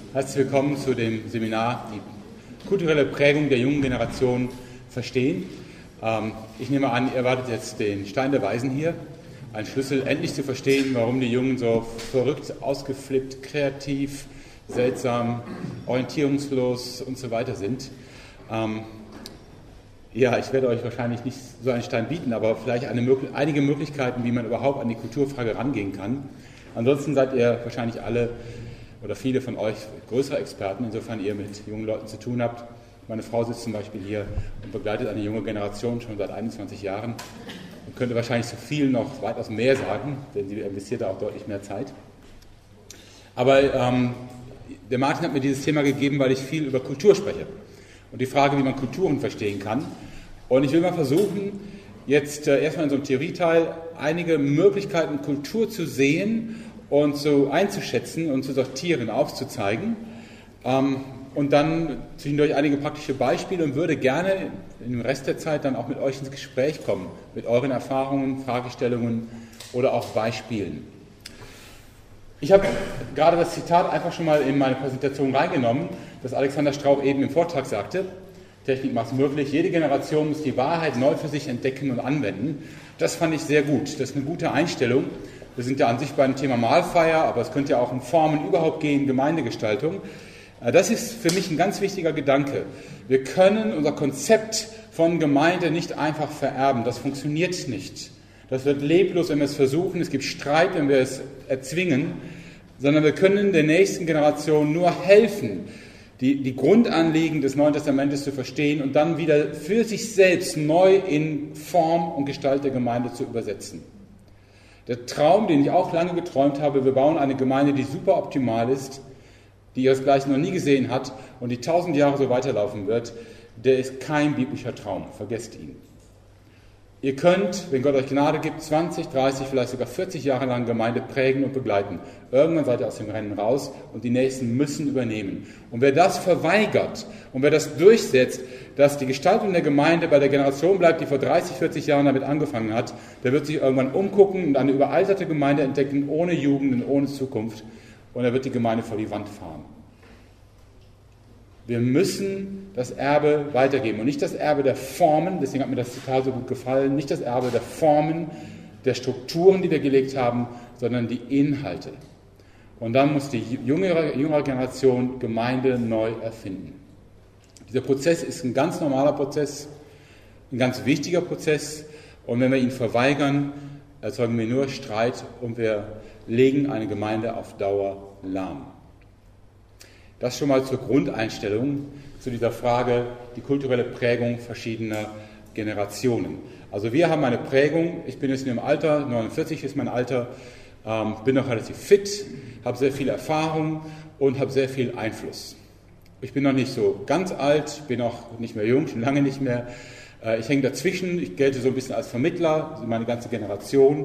Herzlich willkommen zu dem Seminar Die kulturelle Prägung der jungen Generation verstehen. Ich nehme an, ihr erwartet jetzt den Stein der Weisen hier, ein Schlüssel, endlich zu verstehen, warum die Jungen so verrückt, ausgeflippt, kreativ, seltsam, orientierungslos und so weiter sind. Ja, ich werde euch wahrscheinlich nicht so einen Stein bieten, aber vielleicht einige Möglichkeiten, wie man überhaupt an die Kulturfrage rangehen kann. Ansonsten seid ihr wahrscheinlich alle oder viele von euch größere Experten, insofern ihr mit jungen Leuten zu tun habt. Meine Frau sitzt zum Beispiel hier und begleitet eine junge Generation schon seit 21 Jahren und könnte wahrscheinlich zu viel noch weitaus mehr sagen, denn sie investiert da auch deutlich mehr Zeit. Aber der Martin hat mir dieses Thema gegeben, weil ich viel über Kultur spreche und die Frage, wie man Kulturen verstehen kann. Und ich will mal versuchen, jetzt erstmal in so einem Theorieteil einige Möglichkeiten, Kultur zu sehen und so einzuschätzen und zu sortieren, aufzuzeigen. Und dann zwischendurch einige praktische Beispiele und würde gerne in dem Rest der Zeit dann auch mit euch ins Gespräch kommen, mit euren Erfahrungen, Fragestellungen oder auch Beispielen. Ich habe gerade das Zitat einfach schon mal in meine Präsentation reingenommen, das Alexander Strauch eben im Vortrag sagte. Technik macht es möglich, jede Generation muss die Wahrheit neu für sich entdecken und anwenden. Das fand ich sehr gut, das ist eine gute Einstellung. Wir sind ja an sich beim Thema Mahlfeier, aber es könnte ja auch um Formen überhaupt gehen, Gemeindegestaltung. Das ist für mich ein ganz wichtiger Gedanke. Wir können unser Konzept von Gemeinde nicht einfach vererben, das funktioniert nicht. Das wird leblos, wenn wir es versuchen, es gibt Streit, wenn wir es erzwingen, sondern wir können der nächsten Generation nur helfen, die Grundanliegen des Neuen Testamentes zu verstehen und dann wieder für sich selbst neu in Form und Gestalt der Gemeinde zu übersetzen. Der Traum, den ich auch lange geträumt habe, wir bauen eine Gemeinde, die super optimal ist, die ihresgleichen noch nie gesehen hat und die 1000 Jahre so weiterlaufen wird, der ist kein biblischer Traum, vergesst ihn. Ihr könnt, wenn Gott euch Gnade gibt, 20, 30, vielleicht sogar 40 Jahre lang Gemeinde prägen und begleiten. Irgendwann seid ihr aus dem Rennen raus und die Nächsten müssen übernehmen. Und wer das verweigert und wer das durchsetzt, dass die Gestaltung der Gemeinde bei der Generation bleibt, die vor 30, 40 Jahren damit angefangen hat, der wird sich irgendwann umgucken und eine überalterte Gemeinde entdecken, ohne Jugend und ohne Zukunft. Und er wird die Gemeinde vor die Wand fahren. Wir müssen das Erbe weitergeben und nicht das Erbe der Formen, deswegen hat mir das Zitat so gut gefallen, nicht das Erbe der Formen, der Strukturen, die wir gelegt haben, sondern die Inhalte. Und dann muss die jüngere Generation Gemeinde neu erfinden. Dieser Prozess ist ein ganz normaler Prozess, ein ganz wichtiger Prozess und wenn wir ihn verweigern, erzeugen wir nur Streit und wir legen eine Gemeinde auf Dauer lahm. Das schon mal zur Grundeinstellung zu dieser Frage, die kulturelle Prägung verschiedener Generationen. Also wir haben eine Prägung, ich bin jetzt in dem Alter, 49 ist mein Alter, bin noch relativ fit, habe sehr viel Erfahrung und habe sehr viel Einfluss. Ich bin noch nicht so ganz alt, bin auch nicht mehr jung, schon lange nicht mehr. Ich hänge dazwischen, ich gelte so ein bisschen als Vermittler, meine ganze Generation.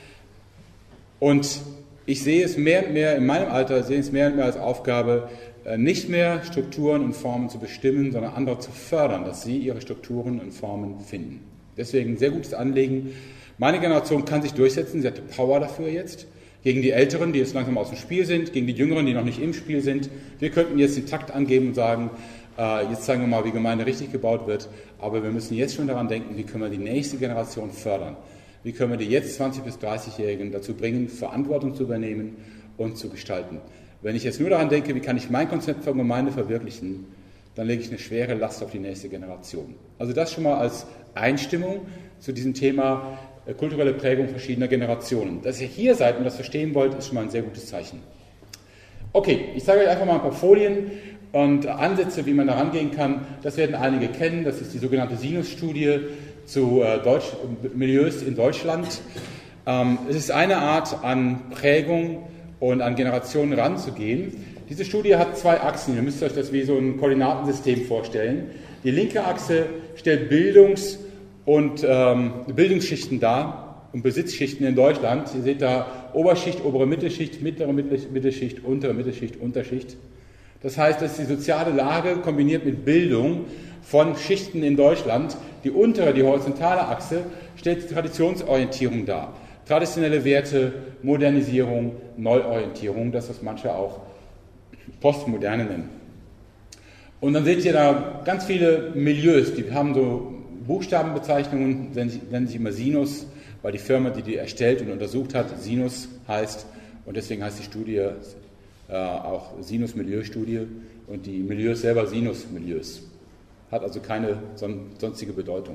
Und ich sehe es mehr und mehr, in meinem Alter sehe ich es mehr und mehr als Aufgabe, nicht mehr Strukturen und Formen zu bestimmen, sondern andere zu fördern, dass sie ihre Strukturen und Formen finden. Deswegen ein sehr gutes Anliegen. Meine Generation kann sich durchsetzen, sie hat die Power dafür jetzt, gegen die Älteren, die jetzt langsam aus dem Spiel sind, gegen die Jüngeren, die noch nicht im Spiel sind. Wir könnten jetzt den Takt angeben und sagen, jetzt zeigen wir mal, wie Gemeinde richtig gebaut wird, aber wir müssen jetzt schon daran denken, wie können wir die nächste Generation fördern. Wie können wir die jetzt 20- bis 30-Jährigen dazu bringen, Verantwortung zu übernehmen und zu gestalten. Wenn ich jetzt nur daran denke, wie kann ich mein Konzept von Gemeinde verwirklichen, dann lege ich eine schwere Last auf die nächste Generation. Also das schon mal als Einstimmung zu diesem Thema kulturelle Prägung verschiedener Generationen. Dass ihr hier seid und das verstehen wollt, ist schon mal ein sehr gutes Zeichen. Okay, ich zeige euch einfach mal ein paar Folien und Ansätze, wie man da rangehen kann. Das werden einige kennen, das ist die sogenannte Sinus-Studie zu Milieus in Deutschland. Es ist eine Art, an Prägung und an Generationen ranzugehen. Diese Studie hat zwei Achsen. Ihr müsst euch das wie so ein Koordinatensystem vorstellen. Die linke Achse stellt Bildungsschichten dar und Besitzschichten in Deutschland. Ihr seht da Oberschicht, obere Mittelschicht, mittlere Mittelschicht, untere Mittelschicht, Unterschicht. Das heißt, das ist die soziale Lage kombiniert mit Bildung von Schichten in Deutschland. Die untere, die horizontale Achse, stellt die Traditionsorientierung dar. Traditionelle Werte, Modernisierung, Neuorientierung, das, was manche auch Postmoderne nennen. Und dann seht ihr da ganz viele Milieus, die haben so Buchstabenbezeichnungen, nennen sich immer Sinus, weil die Firma, die erstellt und untersucht hat, Sinus heißt, und deswegen heißt die Studie auch Sinus-Milieu-Studie und die Milieus selber Sinus-Milieus. Hat also keine sonstige Bedeutung.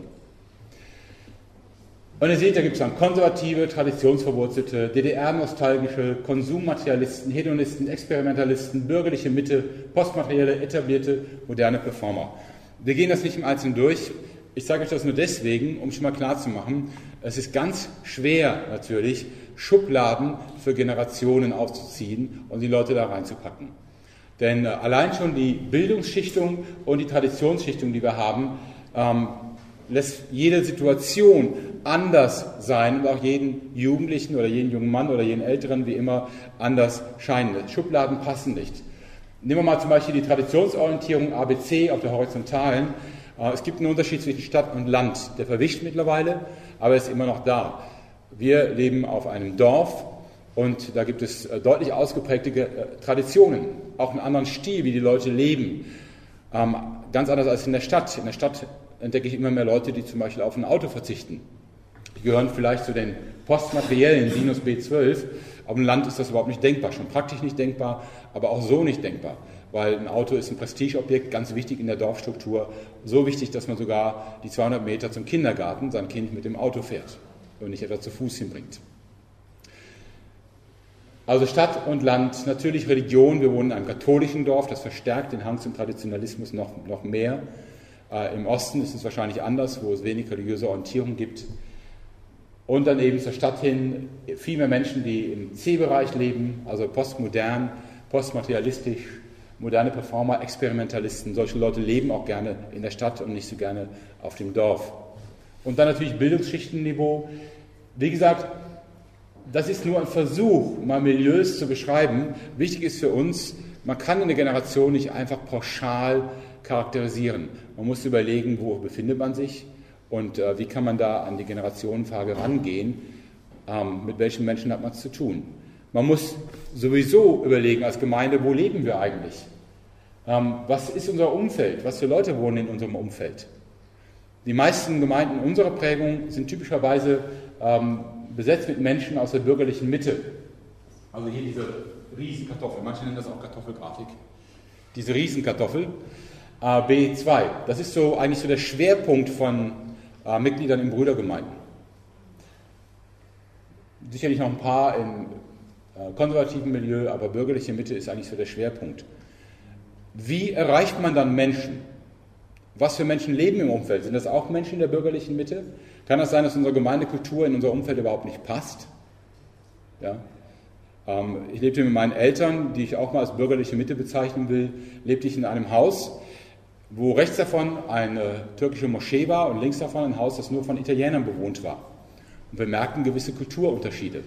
Und ihr seht, da gibt es dann konservative, traditionsverwurzelte, DDR-nostalgische, Konsummaterialisten, Hedonisten, Experimentalisten, bürgerliche Mitte, postmaterielle, etablierte, moderne Performer. Wir gehen das nicht im Einzelnen durch. Ich sage euch das nur deswegen, um schon mal klarzumachen, es ist ganz schwer natürlich, Schubladen für Generationen aufzuziehen und die Leute da reinzupacken. Denn allein schon die Bildungsschichtung und die Traditionsschichtung, die wir haben, lässt jede Situation anders sein und auch jeden Jugendlichen oder jeden jungen Mann oder jeden Älteren wie immer anders scheinen. Schubladen passen nicht. Nehmen wir mal zum Beispiel die Traditionsorientierung ABC auf der horizontalen. Es gibt einen Unterschied zwischen Stadt und Land. Der verwischt mittlerweile, aber er ist immer noch da. Wir leben auf einem Dorf und da gibt es deutlich ausgeprägte Traditionen, auch einen anderen Stil, wie die Leute leben. Ganz anders als in der Stadt. In der Stadt entdecke ich immer mehr Leute, die zum Beispiel auf ein Auto verzichten. Die gehören vielleicht zu den postmateriellen Sinus B12. Auf dem Land ist das überhaupt nicht denkbar, schon praktisch nicht denkbar, aber auch so nicht denkbar. Weil ein Auto ist ein Prestigeobjekt, ganz wichtig in der Dorfstruktur. So wichtig, dass man sogar die 200 Meter zum Kindergarten sein Kind mit dem Auto fährt und nicht etwa zu Fuß hinbringt. Also Stadt und Land, natürlich Religion. Wir wohnen in einem katholischen Dorf, das verstärkt den Hang zum Traditionalismus noch mehr. Im Osten ist es wahrscheinlich anders, wo es wenig religiöse Orientierung gibt. Und dann eben zur Stadt hin viel mehr Menschen, die im C-Bereich leben, also postmodern, postmaterialistisch, moderne Performer, Experimentalisten. Solche Leute leben auch gerne in der Stadt und nicht so gerne auf dem Dorf. Und dann natürlich Bildungsschichtenniveau. Wie gesagt, das ist nur ein Versuch, mal Milieus zu beschreiben. Wichtig ist für uns, man kann eine Generation nicht einfach pauschal charakterisieren. Man muss überlegen, wo befindet man sich und wie kann man da an die Generationenfrage rangehen, mit welchen Menschen hat man es zu tun. Man muss sowieso überlegen als Gemeinde, wo leben wir eigentlich? Was ist unser Umfeld? Was für Leute wohnen in unserem Umfeld? Die meisten Gemeinden unserer Prägung sind typischerweise besetzt mit Menschen aus der bürgerlichen Mitte. Also hier diese Riesenkartoffel, manche nennen das auch Kartoffelgrafik. Diese Riesenkartoffel, B2, das ist so eigentlich so der Schwerpunkt von Mitgliedern in Brüdergemeinden. Sicherlich noch ein paar im konservativen Milieu, aber bürgerliche Mitte ist eigentlich so der Schwerpunkt. Wie erreicht man dann Menschen? Was für Menschen leben im Umfeld? Sind das auch Menschen der bürgerlichen Mitte? Kann das sein, dass unsere Gemeindekultur in unser Umfeld überhaupt nicht passt? Ja. Ich lebte mit meinen Eltern, die ich auch mal als bürgerliche Mitte bezeichnen will, lebte ich in einem Haus, wo rechts davon eine türkische Moschee war und links davon ein Haus, das nur von Italienern bewohnt war. Und wir merkten gewisse Kulturunterschiede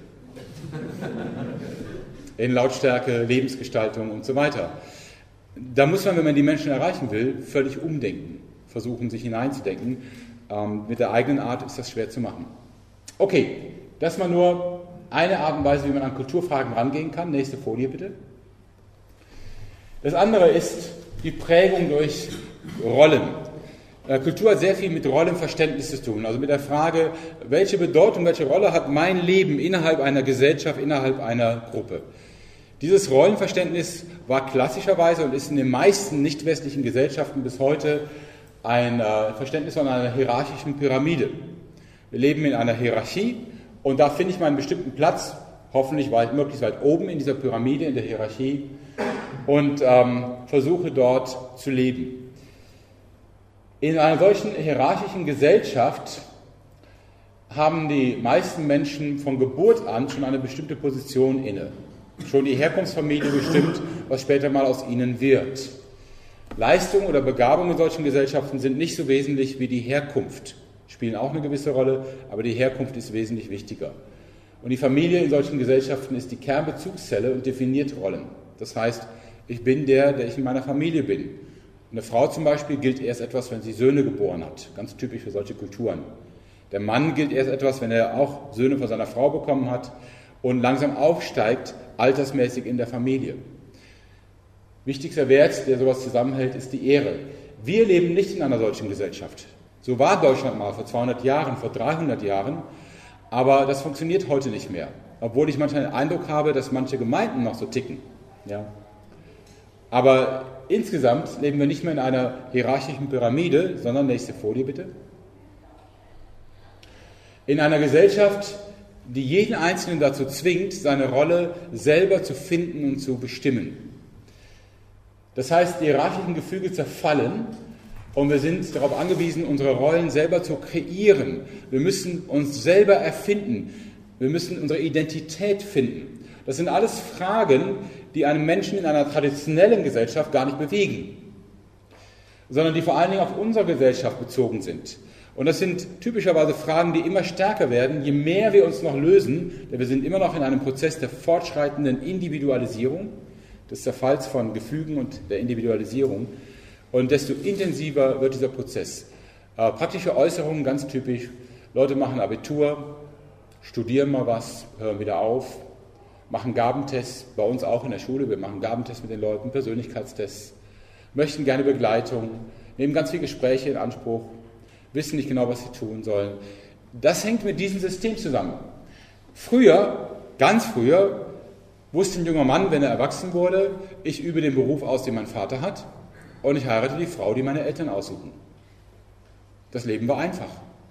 in Lautstärke, Lebensgestaltung und so weiter. Da muss man, wenn man die Menschen erreichen will, völlig umdenken, versuchen, sich hineinzudenken. Mit der eigenen Art ist das schwer zu machen. Okay, das mal nur eine Art und Weise, wie man an Kulturfragen rangehen kann. Nächste Folie bitte. Das andere ist die Prägung durch Rollen. Kultur hat sehr viel mit Rollenverständnis zu tun, also mit der Frage, welche Bedeutung, welche Rolle hat mein Leben innerhalb einer Gesellschaft, innerhalb einer Gruppe. Dieses Rollenverständnis war klassischerweise und ist in den meisten nicht-westlichen Gesellschaften bis heute ein Verständnis von einer hierarchischen Pyramide. Wir leben in einer Hierarchie und da finde ich meinen bestimmten Platz, hoffentlich möglichst weit oben in dieser Pyramide, in der Hierarchie und versuche dort zu leben. In einer solchen hierarchischen Gesellschaft haben die meisten Menschen von Geburt an schon eine bestimmte Position inne. Schon die Herkunftsfamilie bestimmt, was später mal aus ihnen wird. Leistung oder Begabung in solchen Gesellschaften sind nicht so wesentlich wie die Herkunft, spielen auch eine gewisse Rolle, aber die Herkunft ist wesentlich wichtiger. Und die Familie in solchen Gesellschaften ist die Kernbezugszelle und definiert Rollen. Das heißt, ich bin der ich in meiner Familie bin. Eine Frau zum Beispiel gilt erst etwas, wenn sie Söhne geboren hat, ganz typisch für solche Kulturen. Der Mann gilt erst etwas, wenn er auch Söhne von seiner Frau bekommen hat und langsam aufsteigt, altersmäßig in der Familie. Wichtigster Wert, der sowas zusammenhält, ist die Ehre. Wir leben nicht in einer solchen Gesellschaft. So war Deutschland mal vor 200 Jahren, vor 300 Jahren, aber das funktioniert heute nicht mehr. Obwohl ich manchmal den Eindruck habe, dass manche Gemeinden noch so ticken. Ja. Aber insgesamt leben wir nicht mehr in einer hierarchischen Pyramide, sondern, nächste Folie bitte, in einer Gesellschaft, die jeden Einzelnen dazu zwingt, seine Rolle selber zu finden und zu bestimmen. Das heißt, die hierarchischen Gefüge zerfallen und wir sind darauf angewiesen, unsere Rollen selber zu kreieren. Wir müssen uns selber erfinden. Wir müssen unsere Identität finden. Das sind alles Fragen, die einen Menschen in einer traditionellen Gesellschaft gar nicht bewegen, sondern die vor allen Dingen auf unsere Gesellschaft bezogen sind. Und das sind typischerweise Fragen, die immer stärker werden, je mehr wir uns noch lösen, denn wir sind immer noch in einem Prozess der fortschreitenden Individualisierung, des Zerfalls von Gefügen und der Individualisierung. Und desto intensiver wird dieser Prozess. Praktische Äußerungen, ganz typisch. Leute machen Abitur, studieren mal was, hören wieder auf, machen Gabentests, bei uns auch in der Schule, wir machen Gabentests mit den Leuten, Persönlichkeitstests, möchten gerne Begleitung, nehmen ganz viele Gespräche in Anspruch, wissen nicht genau, was sie tun sollen. Das hängt mit diesem System zusammen. Früher, ganz früher, wusste ein junger Mann, wenn er erwachsen wurde, ich übe den Beruf aus, den mein Vater hat, und ich heirate die Frau, die meine Eltern aussuchen. Das Leben war einfach.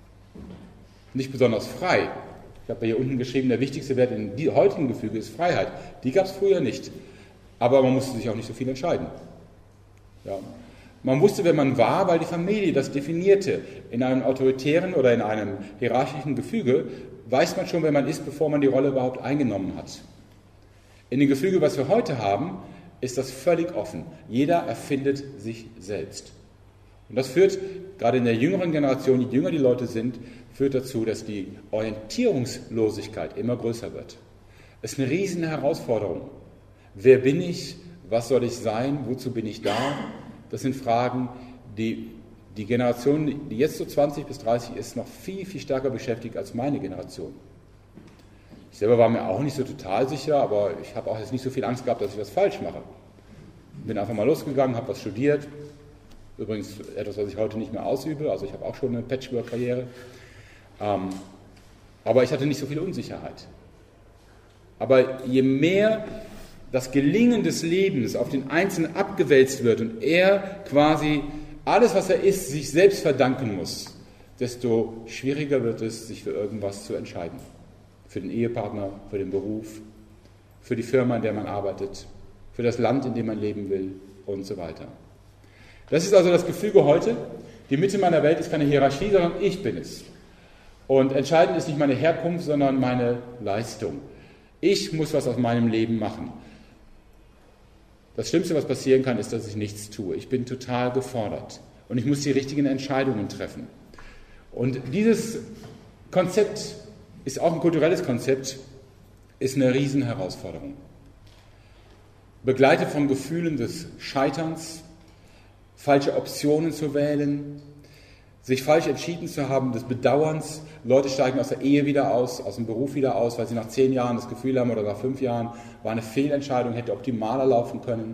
Nicht besonders frei. Ich habe hier unten geschrieben, der wichtigste Wert in dem heutigen Gefüge ist Freiheit. Die gab es früher nicht. Aber man musste sich auch nicht so viel entscheiden. Ja. Man wusste, wer man war, weil die Familie das definierte. In einem autoritären oder in einem hierarchischen Gefüge weiß man schon, wer man ist, bevor man die Rolle überhaupt eingenommen hat. In dem Gefüge, was wir heute haben, ist das völlig offen. Jeder erfindet sich selbst. Und das führt, gerade in der jüngeren Generation, je jünger die Leute sind, führt dazu, dass die Orientierungslosigkeit immer größer wird. Es ist eine riesen Herausforderung. Wer bin ich? Was soll ich sein? Wozu bin ich da? Das sind Fragen, die die Generation, die jetzt so 20 bis 30 ist, noch viel, viel stärker beschäftigt als meine Generation. Ich selber war mir auch nicht so total sicher, aber ich habe auch jetzt nicht so viel Angst gehabt, dass ich was falsch mache. Bin einfach mal losgegangen, habe was studiert. Übrigens etwas, was ich heute nicht mehr ausübe. Also ich habe auch schon eine Patchwork-Karriere. Aber ich hatte nicht so viel Unsicherheit. Aber je mehr das Gelingen des Lebens auf den Einzelnen abgewälzt wird und er quasi alles, was er ist, sich selbst verdanken muss, desto schwieriger wird es, sich für irgendwas zu entscheiden. Für den Ehepartner, für den Beruf, für die Firma, in der man arbeitet, für das Land, in dem man leben will und so weiter. Das ist also das Gefüge heute. Die Mitte meiner Welt ist keine Hierarchie, sondern ich bin es. Und entscheidend ist nicht meine Herkunft, sondern meine Leistung. Ich muss was aus meinem Leben machen. Das Schlimmste, was passieren kann, ist, dass ich nichts tue. Ich bin total gefordert und ich muss die richtigen Entscheidungen treffen. Und dieses Konzept ist auch ein kulturelles Konzept, ist eine Riesenherausforderung. Begleitet von Gefühlen des Scheiterns, falsche Optionen zu wählen, sich falsch entschieden zu haben, des Bedauerns. Leute steigen aus der Ehe wieder aus, aus dem Beruf wieder aus, weil sie nach 10 Jahren das Gefühl haben oder nach 5 Jahren, war eine Fehlentscheidung, hätte optimaler laufen können.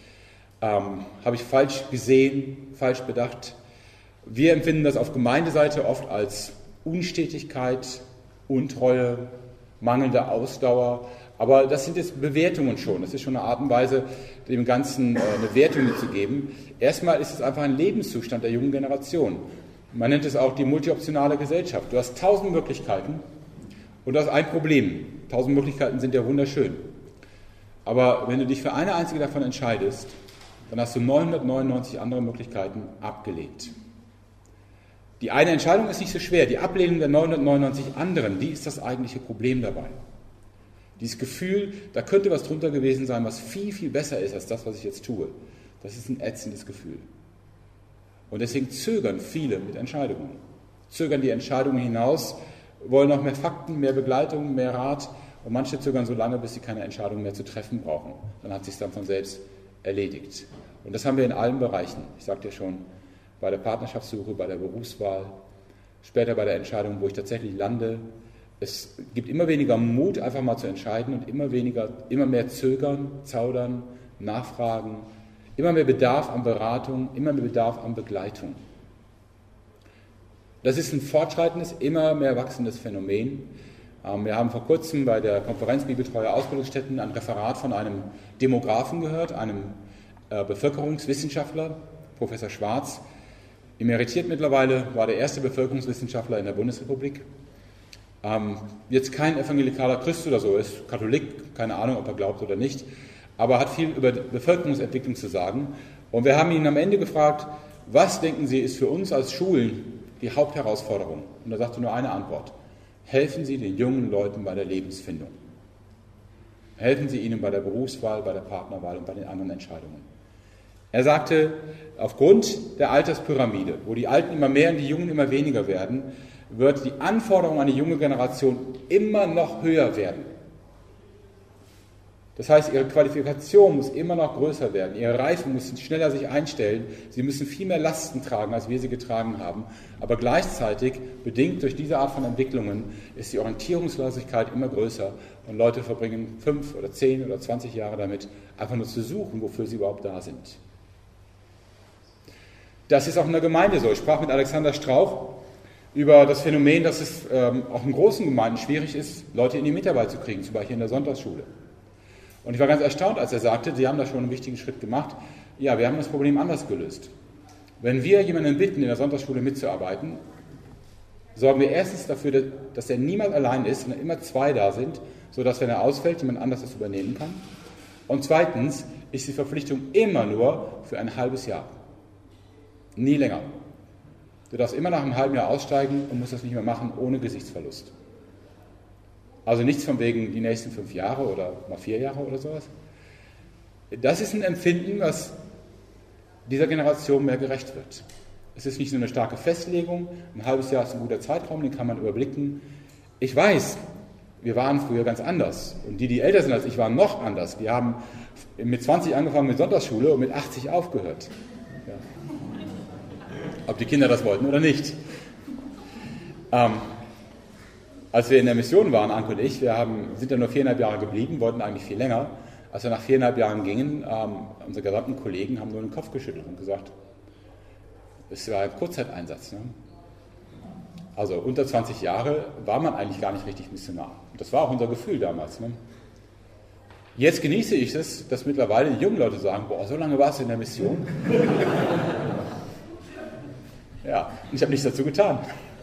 Habe ich falsch gesehen, falsch bedacht. Wir empfinden das auf Gemeindeseite oft als Unstetigkeit, Untreue, mangelnde Ausdauer. Aber das sind jetzt Bewertungen schon. Das ist schon eine Art und Weise, dem Ganzen eine Wertung mitzugeben. Erstmal ist es einfach ein Lebenszustand der jungen Generation. Man nennt es auch die multioptionale Gesellschaft. Du hast 1000 Möglichkeiten und du hast ein Problem. 1000 Möglichkeiten sind ja wunderschön. Aber wenn du dich für eine einzige davon entscheidest, dann hast du 999 andere Möglichkeiten abgelehnt. Die eine Entscheidung ist nicht so schwer. Die Ablehnung der 999 anderen, die ist das eigentliche Problem dabei. Dieses Gefühl, da könnte was drunter gewesen sein, was viel, viel besser ist als das, was ich jetzt tue. Das ist ein ätzendes Gefühl. Und deswegen zögern viele mit Entscheidungen. Zögern die Entscheidungen hinaus, wollen noch mehr Fakten, mehr Begleitung, mehr Rat. Und manche zögern so lange, bis sie keine Entscheidung mehr zu treffen brauchen. Dann hat es sich dann von selbst erledigt. Und das haben wir in allen Bereichen. Ich sagte ja schon, bei der Partnerschaftssuche, bei der Berufswahl, später bei der Entscheidung, wo ich tatsächlich lande. Es gibt immer weniger Mut, einfach mal zu entscheiden und immer mehr Zögern, Zaudern, Nachfragen, immer mehr Bedarf an Beratung, immer mehr Bedarf an Begleitung. Das ist ein fortschreitendes, immer mehr wachsendes Phänomen. Wir haben vor kurzem bei der Konferenz Bibeltreue Ausbildungsstätten ein Referat von einem Demografen gehört, einem Bevölkerungswissenschaftler, Professor Schwarz, emeritiert mittlerweile, war der erste Bevölkerungswissenschaftler in der Bundesrepublik. Jetzt kein evangelikaler Christ oder so, ist Katholik, keine Ahnung, ob er glaubt oder nicht, aber hat viel über Bevölkerungsentwicklung zu sagen. Und wir haben ihn am Ende gefragt, was denken Sie, ist für uns als Schulen die Hauptherausforderung? Und er sagte nur eine Antwort: Helfen Sie den jungen Leuten bei der Lebensfindung. Helfen Sie ihnen bei der Berufswahl, bei der Partnerwahl und bei den anderen Entscheidungen. Er sagte, aufgrund der Alterspyramide, wo die Alten immer mehr und die Jungen immer weniger werden, wird die Anforderung an die junge Generation immer noch höher werden. Das heißt, ihre Qualifikation muss immer noch größer werden, ihre Reife muss schneller sich einstellen, sie müssen viel mehr Lasten tragen, als wir sie getragen haben. Aber gleichzeitig, bedingt durch diese Art von Entwicklungen, ist die Orientierungslosigkeit immer größer und Leute verbringen 5 oder 10 oder 20 Jahre damit, einfach nur zu suchen, wofür sie überhaupt da sind. Das ist auch in der Gemeinde so. Ich sprach mit Alexander Strauch über das Phänomen, dass es auch in großen Gemeinden schwierig ist, Leute in die Mitarbeit zu kriegen, zum Beispiel in der Sonntagsschule. Und ich war ganz erstaunt, als er sagte, Sie haben da schon einen wichtigen Schritt gemacht. Ja, wir haben das Problem anders gelöst. Wenn wir jemanden bitten, in der Sonntagsschule mitzuarbeiten, sorgen wir erstens dafür, dass er niemals allein ist, sondern immer 2 da sind, sodass, wenn er ausfällt, jemand anderes das übernehmen kann. Und zweitens ist die Verpflichtung immer nur für ein halbes Jahr. Nie länger. Du darfst immer nach einem halben Jahr aussteigen und musst das nicht mehr machen, ohne Gesichtsverlust. Also nichts von wegen die nächsten 5 Jahre oder mal 4 Jahre oder sowas. Das ist ein Empfinden, was dieser Generation mehr gerecht wird. Es ist nicht nur eine starke Festlegung, ein halbes Jahr ist ein guter Zeitraum, den kann man überblicken. Ich weiß, wir waren früher ganz anders. Und die älter sind als ich, waren noch anders. Wir haben mit 20 angefangen mit Sonntagsschule und mit 80 aufgehört. Ja. Ob die Kinder das wollten oder nicht. Als wir in der Mission waren, Anke und ich, sind da nur 4,5 Jahre geblieben, wollten eigentlich viel länger. Als wir nach 4,5 Jahren gingen, unsere gesamten Kollegen haben nur den Kopf geschüttelt und gesagt, es war ein Kurzzeiteinsatz. Ne? Also unter 20 Jahre war man eigentlich gar nicht richtig Missionar. Und das war auch unser Gefühl damals. Ne? Jetzt genieße ich es, dass mittlerweile die jungen Leute sagen, boah, so lange warst du in der Mission. Ja, und ich habe nichts dazu getan.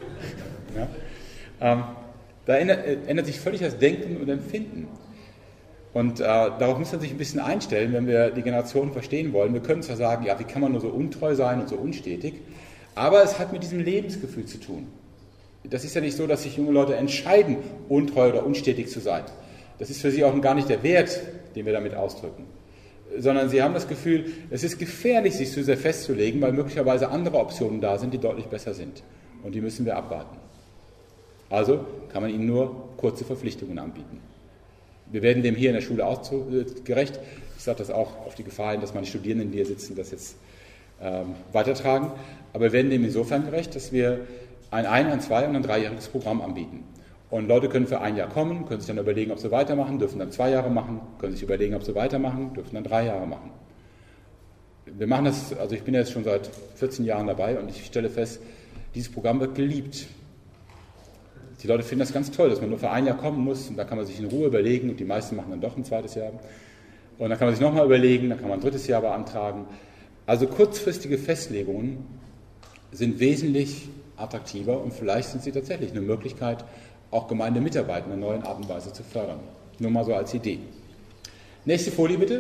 Ja? Da ändert sich völlig das Denken und Empfinden. Und darauf muss man sich ein bisschen einstellen, wenn wir die Generationen verstehen wollen. Wir können zwar sagen, ja, wie kann man nur so untreu sein und so unstetig, aber es hat mit diesem Lebensgefühl zu tun. Das ist ja nicht so, dass sich junge Leute entscheiden, untreu oder unstetig zu sein. Das ist für sie auch gar nicht der Wert, den wir damit ausdrücken. Sondern sie haben das Gefühl, es ist gefährlich, sich zu sehr festzulegen, weil möglicherweise andere Optionen da sind, die deutlich besser sind. Und die müssen wir abwarten. Also kann man ihnen nur kurze Verpflichtungen anbieten. Wir werden dem hier in der Schule auch gerecht. Ich sage das auch auf die Gefahr hin, dass meine Studierenden, die hier sitzen, das jetzt weitertragen. Aber wir werden dem insofern gerecht, dass wir ein 2- und ein 3-jähriges Programm anbieten. Und Leute können für 1 Jahr kommen, können sich dann überlegen, ob sie weitermachen, dürfen dann 2 Jahre machen, können sich überlegen, ob sie weitermachen, dürfen dann 3 Jahre machen. Wir machen das, also ich bin jetzt schon seit 14 Jahren dabei und ich stelle fest, dieses Programm wird geliebt. Die Leute finden das ganz toll, dass man nur für 1 Jahr kommen muss und da kann man sich in Ruhe überlegen und die meisten machen dann doch ein 2. Jahr. Und dann kann man sich nochmal überlegen, dann kann man ein 3. Jahr beantragen. Also kurzfristige Festlegungen sind wesentlich attraktiver und vielleicht sind sie tatsächlich eine Möglichkeit, auch Gemeindemitarbeit in einer neuen Art und Weise zu fördern. Nur mal so als Idee. Nächste Folie bitte.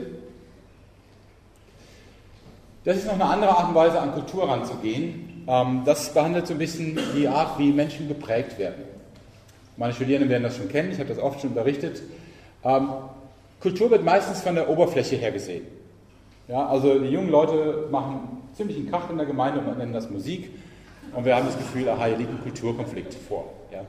Das ist noch eine andere Art und Weise, an Kultur ranzugehen. Das behandelt so ein bisschen die Art, wie Menschen geprägt werden. Meine Studierenden werden das schon kennen, ich habe das oft schon unterrichtet. Kultur wird meistens von der Oberfläche her gesehen. Ja, also die jungen Leute machen ziemlich einen Krach in der Gemeinde und nennen das Musik. Und wir haben das Gefühl, aha, hier liegt ein Kulturkonflikt vor. Ja.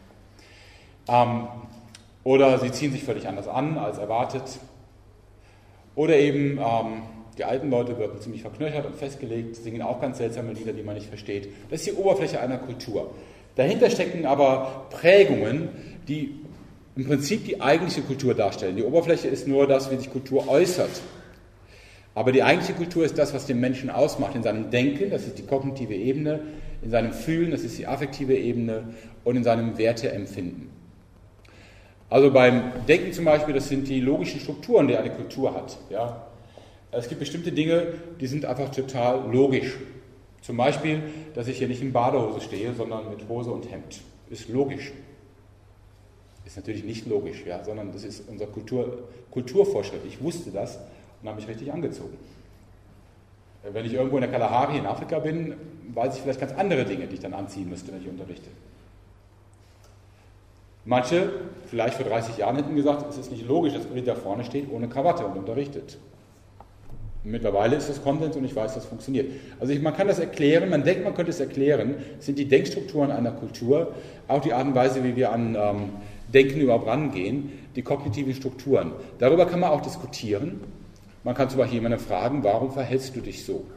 Oder sie ziehen sich völlig anders an als erwartet. Oder eben die alten Leute wirken ziemlich verknöchert und festgelegt, singen auch ganz seltsame Lieder, die man nicht versteht. Das ist die Oberfläche einer Kultur. Dahinter stecken aber Prägungen, die im Prinzip die eigentliche Kultur darstellen. Die Oberfläche ist nur das, wie sich Kultur äußert. Aber die eigentliche Kultur ist das, was den Menschen ausmacht, in seinem Denken, das ist die kognitive Ebene, in seinem Fühlen, das ist die affektive Ebene und in seinem Werteempfinden. Also beim Denken zum Beispiel, das sind die logischen Strukturen, die eine Kultur hat. Ja? Es gibt bestimmte Dinge, die sind einfach total logisch. Zum Beispiel, dass ich hier nicht in Badehose stehe, sondern mit Hose und Hemd. Ist logisch. Ist natürlich nicht logisch, ja, sondern das ist unsere Kulturvorschrift. Ich wusste das und habe mich richtig angezogen. Wenn ich irgendwo in der Kalahari in Afrika bin, weiß ich vielleicht ganz andere Dinge, die ich dann anziehen müsste, wenn ich unterrichte. Manche, vielleicht vor 30 Jahren, hätten gesagt, es ist nicht logisch, dass Uli da vorne steht ohne Krawatte und unterrichtet. Mittlerweile ist das Konsens und ich weiß, das funktioniert. Also man kann das erklären, man denkt, man könnte es erklären, es sind die Denkstrukturen einer Kultur, auch die Art und Weise, wie wir an Denken überhaupt rangehen, die kognitiven Strukturen. Darüber kann man auch diskutieren. Man kann zum Beispiel jemanden fragen, warum verhältst du dich so?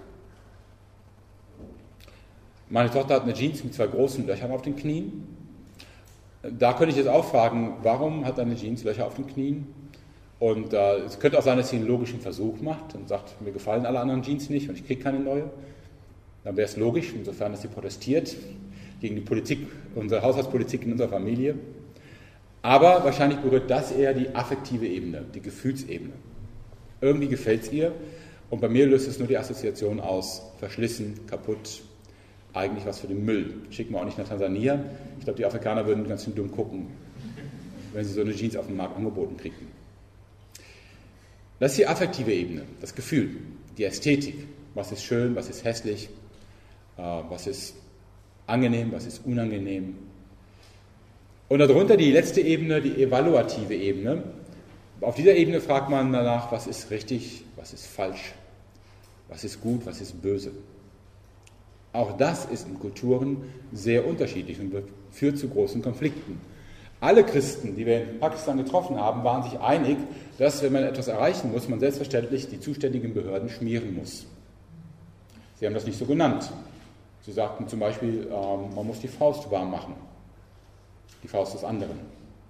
Meine Tochter hat eine Jeans mit 2 großen Löchern auf den Knien. Da könnte ich jetzt auch fragen, warum hat deine Jeans Löcher auf den Knien? Und es könnte auch sein, dass sie einen logischen Versuch macht und sagt, mir gefallen alle anderen Jeans nicht und ich kriege keine neue. Dann wäre es logisch, insofern, dass sie protestiert gegen die Politik, unsere Haushaltspolitik in unserer Familie. Aber wahrscheinlich berührt das eher die affektive Ebene, die Gefühlsebene. Irgendwie gefällt es ihr und bei mir löst es nur die Assoziation aus, verschlissen, kaputt, eigentlich was für den Müll. Schicken wir auch nicht nach Tansania. Ich glaube, die Afrikaner würden ganz schön dumm gucken, wenn sie so eine Jeans auf dem Markt angeboten kriegten. Das ist die affektive Ebene, das Gefühl, die Ästhetik. Was ist schön, was ist hässlich, was ist angenehm, was ist unangenehm. Und darunter die letzte Ebene, die evaluative Ebene. Auf dieser Ebene fragt man danach, was ist richtig, was ist falsch, was ist gut, was ist böse. Auch das ist in Kulturen sehr unterschiedlich und führt zu großen Konflikten. Alle Christen, die wir in Pakistan getroffen haben, waren sich einig, dass, wenn man etwas erreichen muss, man selbstverständlich die zuständigen Behörden schmieren muss. Sie haben das nicht so genannt. Sie sagten zum Beispiel, man muss die Faust warm machen. Die Faust des anderen.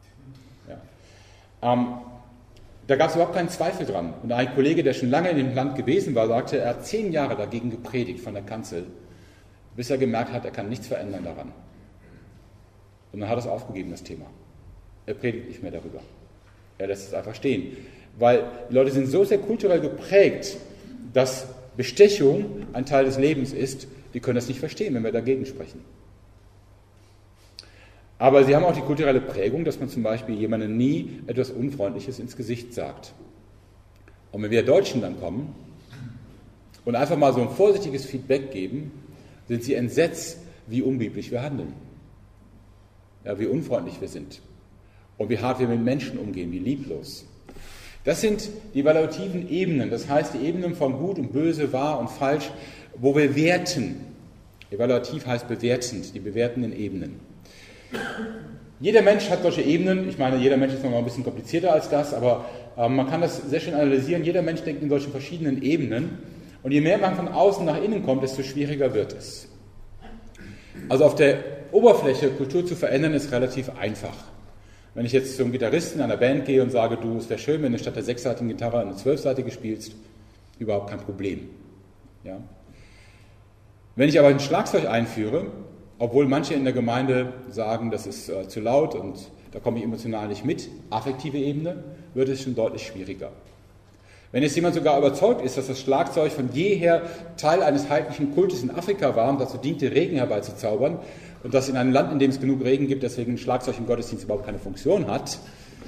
Ja. Da gab es überhaupt keinen Zweifel dran. Und ein Kollege, der schon lange in dem Land gewesen war, sagte, er hat 10 Jahre dagegen gepredigt von der Kanzel, bis er gemerkt hat, er kann nichts verändern daran. Und dann hat er es aufgegeben, das Thema. Er predigt nicht mehr darüber. Er lässt es einfach stehen. Weil die Leute sind so sehr kulturell geprägt, dass Bestechung ein Teil des Lebens ist, die können das nicht verstehen, wenn wir dagegen sprechen. Aber sie haben auch die kulturelle Prägung, dass man zum Beispiel jemandem nie etwas Unfreundliches ins Gesicht sagt. Und wenn wir Deutschen dann kommen und einfach mal so ein vorsichtiges Feedback geben, sind sie entsetzt, wie unbiblisch wir handeln. Ja, wie unfreundlich wir sind. Und wie hart wir mit Menschen umgehen, wie lieblos. Das sind die evaluativen Ebenen, das heißt die Ebenen von Gut und Böse, Wahr und Falsch, wo wir werten. Evaluativ heißt bewertend, die bewertenden Ebenen. Jeder Mensch hat solche Ebenen, ich meine, jeder Mensch ist noch mal ein bisschen komplizierter als das, aber man kann das sehr schön analysieren. Jeder Mensch denkt in solchen verschiedenen Ebenen und je mehr man von außen nach innen kommt, desto schwieriger wird es. Also auf der Oberfläche Kultur zu verändern ist relativ einfach. Wenn ich jetzt zum Gitarristen einer Band gehe und sage, du, es wäre schön, wenn du statt der 6-seitigen Gitarre eine 12-seitige spielst, überhaupt kein Problem. Ja? Wenn ich aber ein Schlagzeug einführe, obwohl manche in der Gemeinde sagen, das ist zu laut und da komme ich emotional nicht mit, affektive Ebene, wird es schon deutlich schwieriger. Wenn jetzt jemand sogar überzeugt ist, dass das Schlagzeug von jeher Teil eines heidnischen Kultes in Afrika war und dazu diente, Regen herbeizuzaubern und dass in einem Land, in dem es genug Regen gibt, deswegen ein Schlagzeug im Gottesdienst überhaupt keine Funktion hat